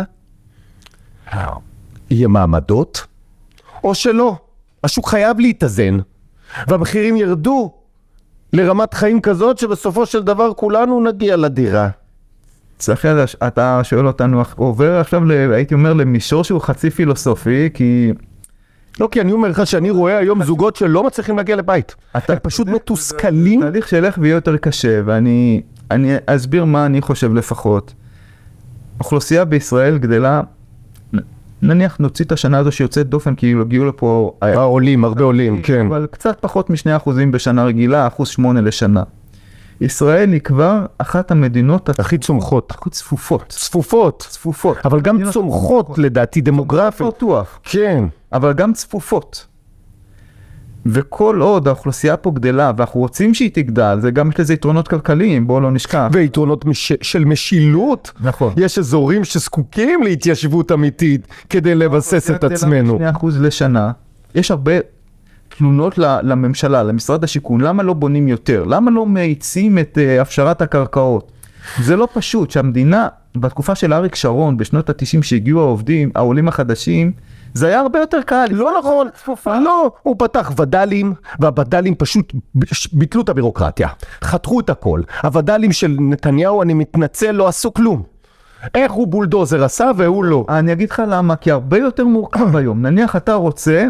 יהיה מעמדות? או שלא? השוק חייב להתאזן, והמחירים ירדו לרמת חיים כזאת שבסופו של דבר כולנו נגיע לדירה. צחי, אתה שואל אותנו, עובר עכשיו, הייתי אומר, למישור שהוא חצי פילוסופי, כי... לא, כי אני אומר לך שאני רואה היום זוגות שלא מצליחים להגיע לבית. הם פשוט מתוסכלים. זה תהליך שילך ויהיה יותר קשה, ואני אסביר מה אני חושב לפחות. אוכלוסייה בישראל גדלה, נניח נוציא את השנה הזו שיוצאת דופן, כי הגיעו לפה... עולים, הרבה עולים, כן. אבל קצת פחות מ2% בשנה רגילה, 1.8% לשנה. ישראל היא כבר אחת המדינות הכי צומחות. הכי צפופות. צפופות. אבל גם צומחות לדעתי דמוגרפית. בטוח. כן. אבל גם צפופות. וכל עוד האוכלוסייה פה גדלה, ואנחנו רוצים שהיא תגדל, זה גם יש לזה יתרונות כלכליים, בואו לא נשכח. ויתרונות של משילות. נכון. יש אזורים שזקוקים להתיישבות אמיתית, כדי לבסס את עצמנו. 2% לשנה. יש הרבה תלונות לממשלה, למשרד השיכון, למה לא בונים יותר? למה לא מאיצים את הפשרת הקרקעות? זה לא פשוט, שהמדינה, בתקופה של אריק שרון, בשנות ה-90 שהגיעו העובדים, העולים החדשים, זה היה הרבה יותר קל. לא נכון, לא, הוא פתח ודלים, והוודלים פשוט ביטלו את הבירוקרטיה, חתכו את הכל. הוודלים של נתניהו, אני מתנצל, לא עשו כלום. איך הוא בולדוזר עשה והוא לא? אני אגיד לך למה, כי הרבה יותר מורכב היום. נניח אתה רוצה,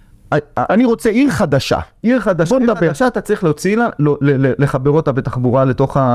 אני רוצה עיר חדשה. עיר חדשה, אתה צריך להוציא לה, לחבר אותה בתחבורה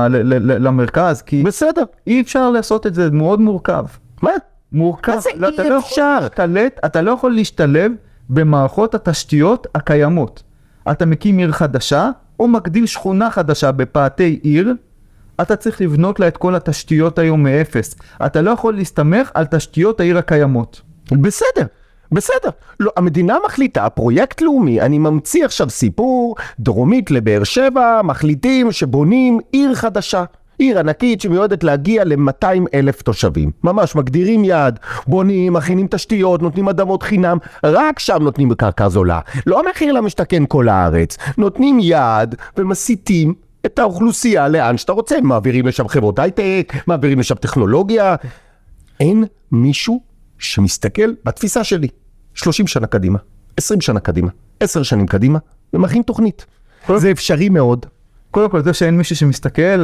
למרכז, כי בסדר. אי אפשר לעשות את זה, מאוד מורכב. מה? מורכב. מה זה אי אפשר? אתה לא יכול להשתלב במערכות התשתיות הקיימות. אתה מקים עיר חדשה, או מגדיל שכונה חדשה בפאתי עיר, אתה צריך לבנות לה את כל התשתיות היום מאפס. אתה לא יכול להסתמך על תשתיות העיר הקיימות. בסדר. בסדר, לא, המדינה מחליטה, פרויקט לאומי, אני ממציא עכשיו סיפור, דרומית לבאר שבע, מחליטים שבונים עיר חדשה, עיר ענקית שמיועדת להגיע ל-200,000 תושבים, ממש מגדירים יעד, בונים, מכינים תשתיות, נותנים אדמות חינם, רק שם נותנים בקרקע זולה, לא מחיר למשתכן כל הארץ, נותנים יעד ומסיתים את האוכלוסייה לאן שאתה רוצה, מעבירים לשם חברות הייטק, מעבירים לשם טכנולוגיה, אין מישהו שמסתכל בתפיסה שלי 30 שנה קדימה, 20 שנה קדימה, 10 שנים קדימה, ומכין תוכנית. זה אפשרי מאוד. קודם כל, זה שאין מישהו שמסתכל,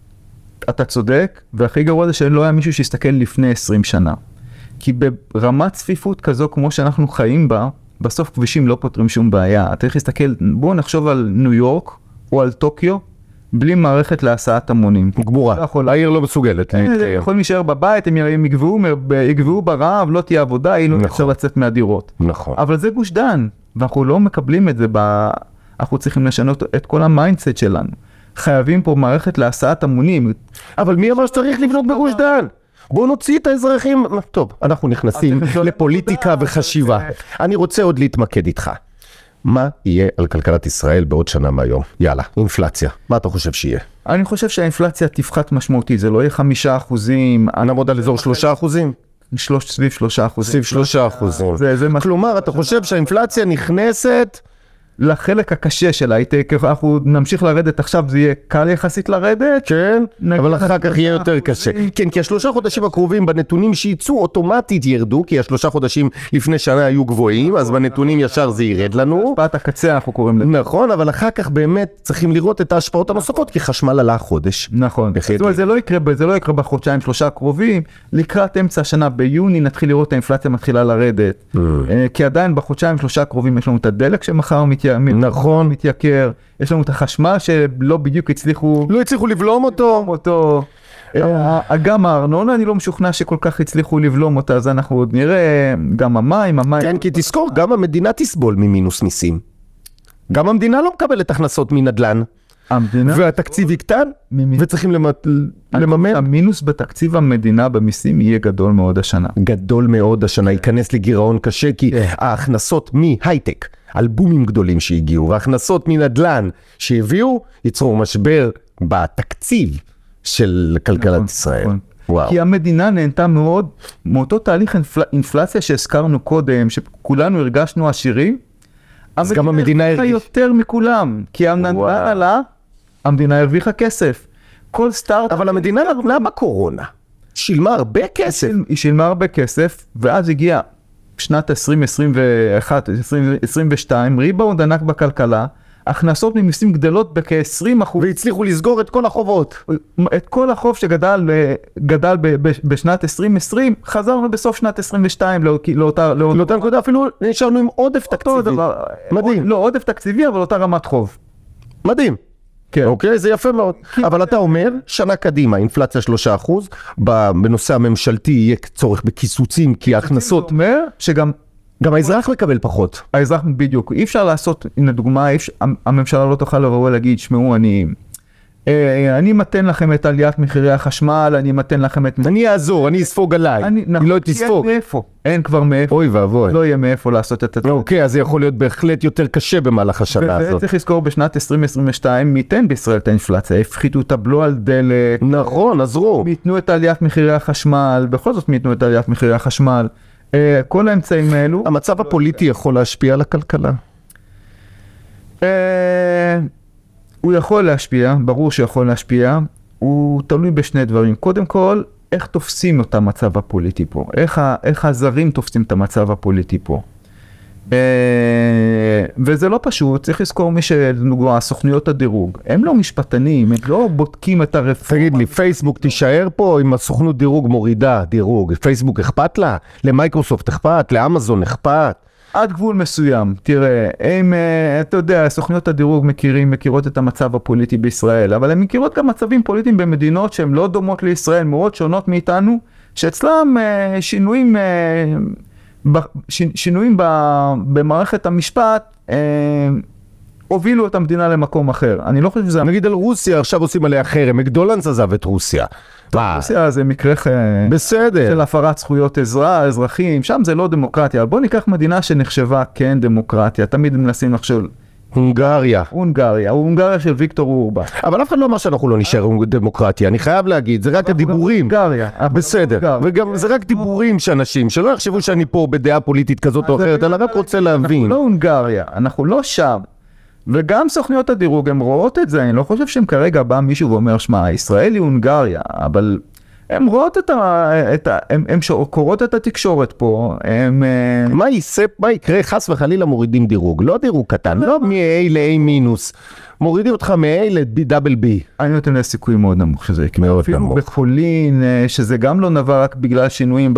אתה צודק, והכי גרוע זה שלא היה מישהו שיסתכל לפני 20 שנה. כי ברמת צפיפות כזו, כמו שאנחנו חיים בה, בסוף כבישים לא פותרים שום בעיה. אתה צריך להסתכל, בואו נחשוב על ניו יורק, או על טוקיו, בלי מערכת להסעת המונים. גמורה, העיר לא מסוגלת. יכולים להישאר בבית, הם יגבעו ברעב, לא תהיה עבודה, לא אפשר לצאת מהדירות. נכון. אבל זה גוש דן, ואנחנו לא מקבלים את זה, אנחנו צריכים לשנות את כל המיינדסט שלנו. חייבים פה מערכת להסעת המונים. אבל מי אמר שצריך לבנות בגוש דן? בואו נוציא את האזרחים. טוב, אנחנו נכנסים לפוליטיקה וחשיבה. אני רוצה עוד להתמקד איתך. מה יהיה על כלכלת ישראל בעוד שנה מהיום? יאללה, אינפלציה. מה אתה חושב שיהיה? אני חושב שהאינפלציה תפחת משמעותית, זה לא יהיה 5%. נעמוד על אזור 3%? סביב 3%. סביב 3%. כלומר, אתה חושב שהאינפלציה נכנסת לחלק הקשה של ההייטק, אנחנו נמשיך לרדת עכשיו, זה יהיה קל יחסית לרדת. כן, אבל אחר כך יהיה יותר קשה. כן, כי 3 חודשים הקרובים בנתונים שייצאו אוטומטית ירדו, כי 3 חודשים לפני שנה היו גבוהים, אז בנתונים ישר זה ירד לנו. השפעת הקצה אנחנו קוראים לזה. נכון, אבל אחר כך באמת צריכים לראות את ההשפעות הנוספות, כי חשמל עלה חודש. נכון. זה לא יקרה בחודשיים 3 הקרובים, לקראת אמצע השנה ביוני נתחיל לראות האינפלציה מתחילה לרדת. כי עדיין בחודשיים 3 הקרובים יש לנו את הדלק שמחר נכון, מתייקר, יש לנו את החשמל שלא בדיוק הצליחו לבלום אותו. גם הארנונה, אני לא משוכנע שכל כך הצליחו לבלום אותה, אז אנחנו עוד נראה, גם המים. כן, כי תזכור, גם המדינה תסבול ממינוס מיסים. גם המדינה לא מקבלת הכנסות מנדלן. והתקציב יקטן, וצריכים לממן. המינוס בתקציב המדינה במיסים יהיה גדול מאוד השנה. גדול מאוד השנה, ייכנס לגירעון קשה, כי ההכנסות מהייטק, על בומים גדולים שהגיעו, וההכנסות מנדלן שהביאו, ייצרו משבר בתקציב של כלכלת ישראל. כי המדינה נהנתה מאוד מאותו תהליך אינפלציה שהזכרנו קודם, שכולנו הרגשנו עשירים, אז גם המדינה הרוויחה יותר מכולם, כי המדינה הרוויחה כסף. כל סטארט... אבל המדינה נתנה בקורונה, שילמה הרבה כסף. היא שילמה הרבה כסף, ואז הגיעה שנת 2021, 2022, ריבאונד ענק בכלכלה, הכנסות ממיסים גדלות בכ-20%. והצליחו לסגור את כל החובות. את כל החוב שגדל בשנת 2020, חזרנו בסוף שנת 22 לאותה נקודה, אפילו נשארנו עם עודף תקציבי. מדהים. לא עודף תקציבי, אבל אותה רמת חוב. מדהים. כן. אוקיי, זה יפה מאוד. אבל אתה אומר, שנה קדימה, אינפלציה 3%, בנושא הממשלתי יהיה צורך בקיצוצים, כי ההכנסות... זה אומר שגם... גם האזרח מקבל פחות. האזרח בדיוק. אי אפשר לעשות, הנה דוגמה, הממשלה לא תוכל לבוא ולהגיד, שמעו, אני מתן לכם את עליית מחירי החשמל, אני מתן לכם את... אני אעזור, אני אספוג עליי. אני לא תספוג. אין כבר מאיפה. אוי ואבוי. לא יהיה מאיפה לעשות את זה. אוקיי, אז זה יכול להיות בהחלט יותר קשה במהלך השנה הזאת. וזה צריך לזכור בשנת 2022, מיתן בישראל את האינפלציה, הפחיתו את הבלו על דלק. נכון, עזרו. מיתנו את עליית מחירי החשמל, בכל זאת מיתנו את עליית מחירי החשמל. כל האמצעים האלו. המצב הפוליטי יכול להשפיע על הכלכלה? הוא יכול להשפיע, ברור שיכול להשפיע. הוא תלוי בשני דברים. קודם כל, איך תופסים את המצב הפוליטי פה? איך הזרים תופסים את המצב הפוליטי פה? וזה לא פשוט, צריך לזכור הסוכניות הדירוג, הם לא משפטנים, הם לא בודקים את הרפורמה. תגיד לי, פייסבוק תישאר פה עם הסוכנות דירוג מורידה דירוג, פייסבוק אכפת לה? למייקרוסופט אכפת? לאמזון אכפת? עד גבול מסוים, תראה, הם, אתה יודע, סוכניות הדירוג מכירות את המצב הפוליטי בישראל, אבל הם מכירות גם מצבים פוליטיים במדינות שהן לא דומות לישראל, מאוד שונות מאיתנו, שאצלם שינויים במערכת המשפט הובילו את המדינה למקום אחר. אני לא חושב שזה... נגיד על רוסיה, עכשיו עושים עליה חרם, מקדונלדס עזב את רוסיה. רוסיה זה מקרה של הפרת זכויות אזרחים, שם זה לא דמוקרטיה. בוא ניקח מדינה שנחשבה כן דמוקרטיה, תמיד מנסים לחשוב... הונגריה של ויקטור אורבן. אבל אף אחד לא אמר שאנחנו לא נשאר דמוקרטיה, אני חייב להגיד, זה רק הדיבורים. הונגריה. בסדר, וגם זה רק דיבורים שאנשים, שלא יחשבו שאני פה בדעה פוליטית כזאת או אחרת, אני רק רוצה להבין. אנחנו לא הונגריה, אנחנו לא שם. וגם סוכניות הדירוג, הן רואות את זה, אני לא חושב שהם כרגע בא מישהו ואומר, שמע, ישראל היא הונגריה, אבל הן רואות הן קוראות את התקשורת פה, מה יקרה חס וחלילה מורידים דירוג? לא דירוג קטן, לא מ-A ל-A מינוס, מורידים אותך מ-A ל-B. אני נותן לה סיכוי מאוד נמוך שזה יקרה. אפילו בפולין, שזה גם לא נבע רק בגלל שינויים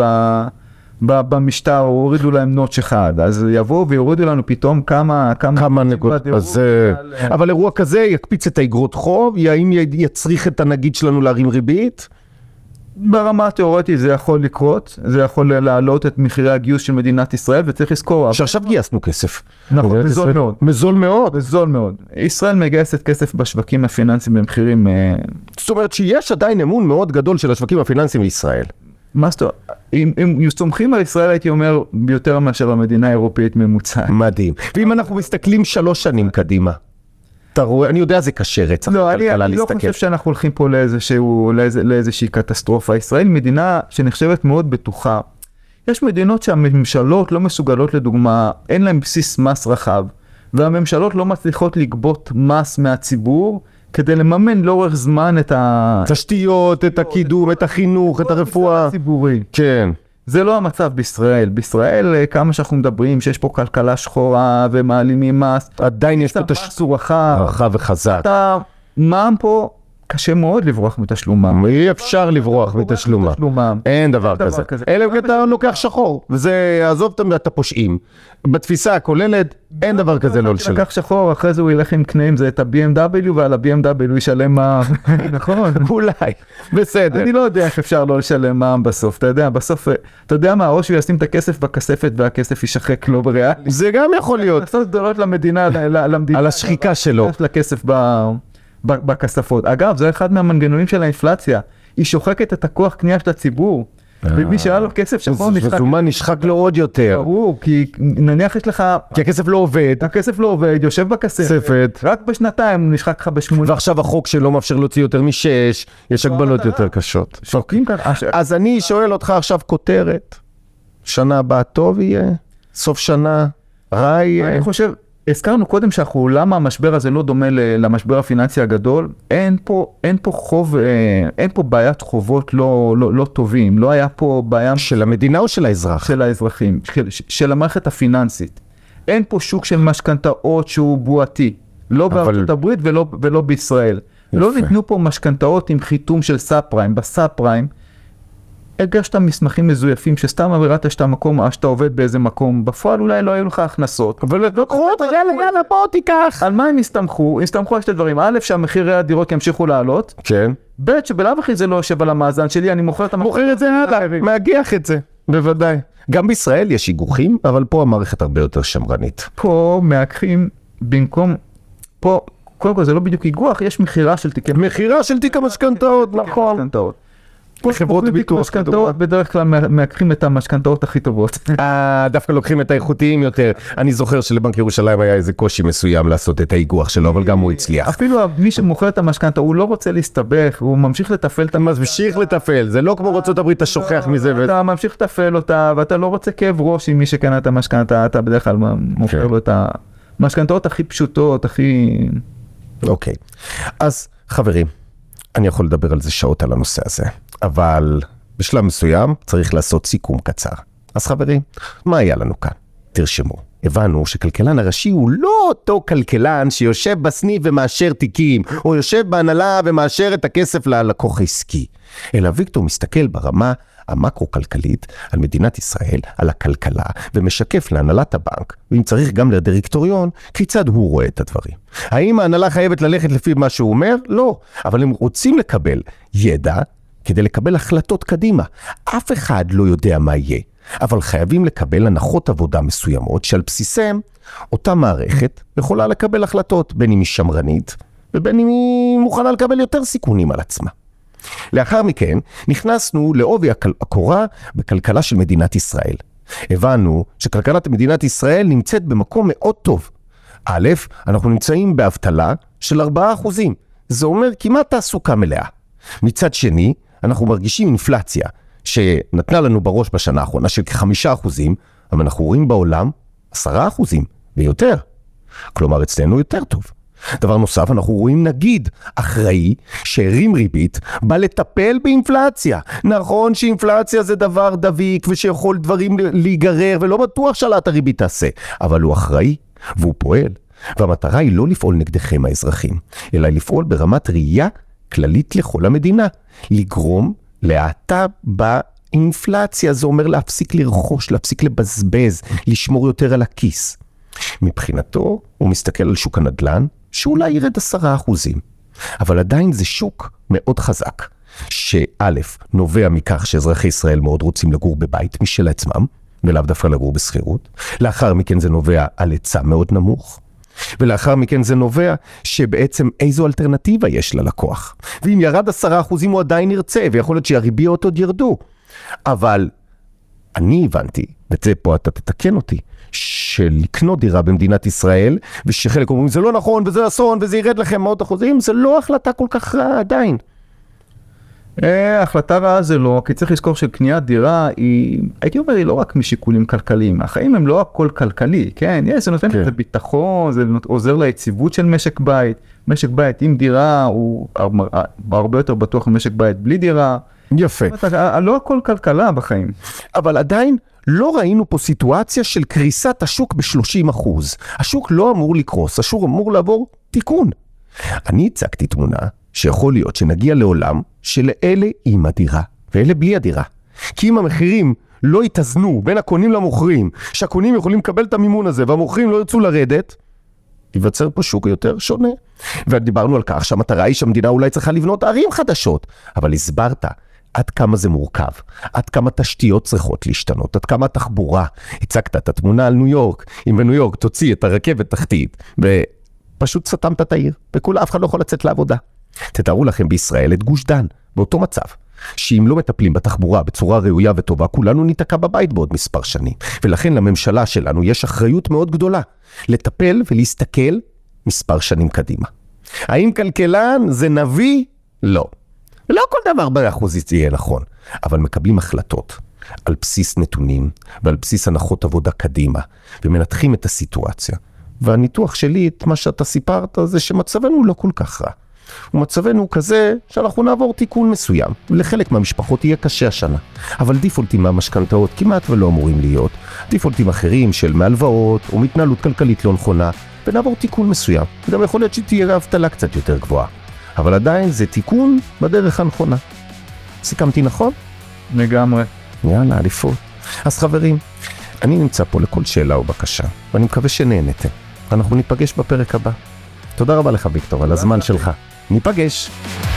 במשטר, הורידו להם נוטש אחד, אז יבואו ויורידו לנו פתאום כמה נקודות. אבל אירוע כזה יקפיץ את האגרות חוב, האם יצריך את הנגיד שלנו להרים ריבית? ברמה התיאורטית זה יכול לקרות, זה יכול להעלות את מחירי הגיוס של מדינת ישראל, וצריך לזכור... שעכשיו גייסנו כסף. נכון, בזול מאוד. בזול מאוד. ישראל מגייסת כסף בשווקים הפיננסיים במחירים... זאת אומרת שיש עדיין אמון מאוד גדול של השווקים הפיננסיים בישראל. מה זאת אומרת? אם סומכים על ישראל הייתי אומר ביותר מאשר המדינה האירופאית ממוצעת. מדהים. ואם אנחנו מסתכלים 3 שנים קדימה, אתה רואה, אני יודע זה קשה רצח. לא, אני לא חושב שאנחנו הולכים פה לאיזושהי קטסטרופה. ישראל היא מדינה שנחשבת מאוד בטוחה. יש מדינות שהממשלות לא מסוגלות לדוגמה, אין להן בסיס מס רחב, והממשלות לא מצליחות לגבות מס מהציבור, כדי לממן לאורך זמן את התשתיות, את הקידום, את החינוך, את הרפואה. הציבורי. כן. זה לא המצב בישראל. בישראל, כמה שאנחנו מדברים, שיש פה כלכלה שחורה ומעלימים מס, עדיין יש פה תשלום רחב וחזק. מע"מ פה קשה מאוד לברוח מתשלומם. אי אפשר לברוח מתשלומם. אין דבר כזה. אלא אתה לוקח שחור, וזה עזוב את הפושעים. בתפיסה הכוללת, אין דבר כזה לא לשלם. לקח שחור, אחרי זה הוא ילך עם קנאים, זה את ה-BMW, ועל ה-BMW הוא ישלם מע"מ. נכון. אולי, בסדר. אני לא יודע איך אפשר לא לשלם מע"מ בסוף. אתה יודע, בסוף, אתה יודע מה, או שהוא ישים את הכסף בכספת, והכסף ישחק לא בריאלי. זה גם יכול להיות. לעשות גדולות למדינה, על השחיקה שלו. יש לה כסף בכספות. אגב, זה אחד מהמנגנונים של האינפלציה. היא שוחקת את הכוח קנייה של הציבור. ומי שהיה לו כסף שחור נשחק. וזומן נשחק לו עוד יותר. ברור, כי נניח יש לך... כי הכסף לא עובד. הכסף לא עובד, יושב בכספת. רק בשנתיים הוא נשחק לך ב8. ועכשיו החוק שלא מאפשר להוציא יותר מ6, יש הגבלות יותר קשות. אז אני שואל אותך עכשיו כותרת. שנה הבאה טוב יהיה? סוף שנה רע יהיה? אני חושב... הזכרנו קודם למה המשבר הזה לא דומה למשבר הפיננסי הגדול, אין פה בעיית חובות לא טובים, לא היה פה בעיה... של המדינה או של האזרח? של האזרחים, של המערכת הפיננסית. אין פה שוק של משכנתאות שהוא בועתי, לא בארצות הברית ולא בישראל. לא ניתנו פה משכנתאות עם חיתום של סאב-פריים, בסאב-פריים, הגשת מסמכים מזויפים שסתם עבירת שאתה מקום, שאתה עובד באיזה מקום, בפועל אולי לא היו לך הכנסות. אבל לא קרות, יאללה, בוא תיקח. על מה הם הסתמכו? הסתמכו על שתי דברים. א', שהמחירי הדירות ימשיכו לעלות. כן. ב', שבלאו הכי זה לא יושב על המאזן שלי, אני מוכר את זה הלאה, מאגיח את זה, בוודאי. גם בישראל יש איגוחים, אבל פה המערכת הרבה יותר שמרנית. פה מאגחים במקום, פה, קודם כל זה לא בדיוק איגוח, יש מחירה של תיק המשכנתאות, נכון. חברות ביטוח משכנתאות בדרך כלל מאגחים את המשכנתאות הכי טובות. דווקא לוקחים את האיכותיים יותר. אני זוכר שלבנק ירושלים היה איזה קושי מסוים לעשות את האיגוח שלו, אבל גם הוא הצליח. אפילו מי שמוכר את המשכנתא, הוא לא רוצה להסתבך, הוא ממשיך לתפעל את המשכנתא. ממשיך לתפעל, זה לא כמו ארצות הברית, אתה שוכח מזה. אתה ממשיך לתפעל אותה, ואתה לא רוצה כאב ראש עם מי שקנה את המשכנתא, אתה בדרך כלל מוכר לו את המשכנתאות הכי פשוטות, הכי... אוקיי. אז חברים, אני יכול לדבר על זה שעות על הנושא הזה, אבל בשלב מסוים צריך לעשות סיכום קצר. אז חברים, מה היה לנו כאן? תרשמו. הבנו שכלכלן הראשי הוא לא אותו כלכלן שיושב בסניף ומאשר תיקים, או יושב בהנהלה ומאשר את הכסף ללקוח עסקי. אלא ויקטור מסתכל ברמה המקרו-כלכלית על מדינת ישראל, על הכלכלה, ומשקף להנהלת הבנק, ואם צריך גם לדירקטוריון, כיצד הוא רואה את הדברים. האם ההנהלה חייבת ללכת לפי מה שהוא אומר? לא. אבל הם רוצים לקבל ידע כדי לקבל החלטות קדימה. אף אחד לא יודע מה יהיה. אבל חייבים לקבל הנחות עבודה מסוימות שעל בסיסם אותה מערכת יכולה לקבל החלטות, בין אם היא שמרנית ובין אם היא מוכנה לקבל יותר סיכונים על עצמה. לאחר מכן נכנסנו לעובי הקורה בכלכלה של מדינת ישראל. הבנו שכלכלת מדינת ישראל נמצאת במקום מאוד טוב. א', אנחנו נמצאים באבטלה של 4%. זה אומר כמעט תעסוקה מלאה. מצד שני, אנחנו מרגישים אינפלציה שנתנה לנו בראש בשנה האחרונה של כ5%, אבל אנחנו רואים בעולם 10% ויותר. כלומר, אצלנו יותר טוב. דבר נוסף, אנחנו רואים נגיד אחראי שהרים ריבית, בא לטפל באינפלציה. נכון שאינפלציה זה דבר דביק ושיכול דברים להיגרר ולא בטוח שלט הריבית תעשה, אבל הוא אחראי והוא פועל. והמטרה היא לא לפעול נגדכם האזרחים, אלא לפעול ברמת ראייה כללית לכל המדינה. לגרום להאטה באינפלציה, זה אומר להפסיק לרכוש, להפסיק לבזבז, לשמור יותר על הכיס. מבחינתו הוא מסתכל על שוק הנדל"ן, שאולי ירד 10%. אבל עדיין זה שוק מאוד חזק, שא' נובע מכך שאזרחי ישראל מאוד רוצים לגור בבית משל עצמם, ולאו דווקא לגור בסחירות. לאחר מכן זה נובע על היצע מאוד נמוך. ולאחר מכן זה נובע שבעצם איזו אלטרנטיבה יש ללקוח. ואם ירד 10% הוא עדיין ירצה, ויכול להיות שהריביות עוד ירדו. אבל אני הבנתי, וזה פה אתה תתקן אותי, שלקנות דירה במדינת ישראל, ושחלק אומרים זה לא נכון וזה אסון וזה ירד לכם מאות אחוזים, זה לא החלטה כל כך רעה עדיין. החלטה רעה זה לא, כי צריך לזכור שקניית דירה היא, הייתי אומר, היא לא רק משיקולים כלכליים. החיים הם לא הכל כלכלי, כן? זה נותן את הביטחון, זה עוזר ליציבות של משק בית. משק בית עם דירה הוא הרבה יותר בטוח ממשק בית בלי דירה. יפה. לא הכל כלכלה בחיים. אבל עדיין לא ראינו פה סיטואציה של קריסת השוק ב-30%. השוק לא אמור לקרוס, השוק אמור לעבור תיקון. אני הצגתי תמונה שיכול להיות שנגיע לעולם שלאלה עם הדירה ואלה בלי הדירה. כי אם המחירים לא יתאזנו בין הקונים למוכרים, שהקונים יכולים לקבל את המימון הזה והמוכרים לא ירצו לרדת, ייווצר פה שוק יותר שונה. ודיברנו על כך שהמטרה היא שהמדינה אולי צריכה לבנות ערים חדשות, אבל הסברת עד כמה זה מורכב, עד כמה תשתיות צריכות להשתנות, עד כמה התחבורה. הצגת את התמונה על ניו יורק, אם בניו יורק תוציא את הרכבת תחתית ופשוט סתמת את העיר, וכולה אף אחד לא יכול לצאת לעבודה. תתארו לכם בישראל את גוש דן, באותו מצב, שאם לא מטפלים בתחבורה בצורה ראויה וטובה, כולנו ניתקע בבית בעוד מספר שנים. ולכן לממשלה שלנו יש אחריות מאוד גדולה, לטפל ולהסתכל מספר שנים קדימה. האם כלכלן זה נביא? לא. לא כל דבר 100% יהיה נכון, אבל מקבלים החלטות על בסיס נתונים ועל בסיס הנחות עבודה קדימה, ומנתחים את הסיטואציה. והניתוח שלי, את מה שאתה סיפרת, זה שמצבנו לא כל כך רע. ומצבנו כזה שאנחנו נעבור תיקון מסוים, ולחלק מהמשפחות יהיה קשה השנה. אבל דיפולטים מהמשכנתאות כמעט ולא אמורים להיות. דיפולטים אחרים של מהלוואות או מתנהלות כלכלית לא נכונה, ונעבור תיקון מסוים. וגם יכול להיות שתהיה אבטלה קצת יותר גבוהה. אבל עדיין זה תיקון בדרך הנכונה. סיכמתי נכון? לגמרי. יאללה, אליפות. אז חברים, אני נמצא פה לכל שאלה או בקשה, ואני מקווה שנהנתם. אנחנו ניפגש בפרק הבא. תודה רבה לך, ויקטור, על הזמן שלך. ניפגש.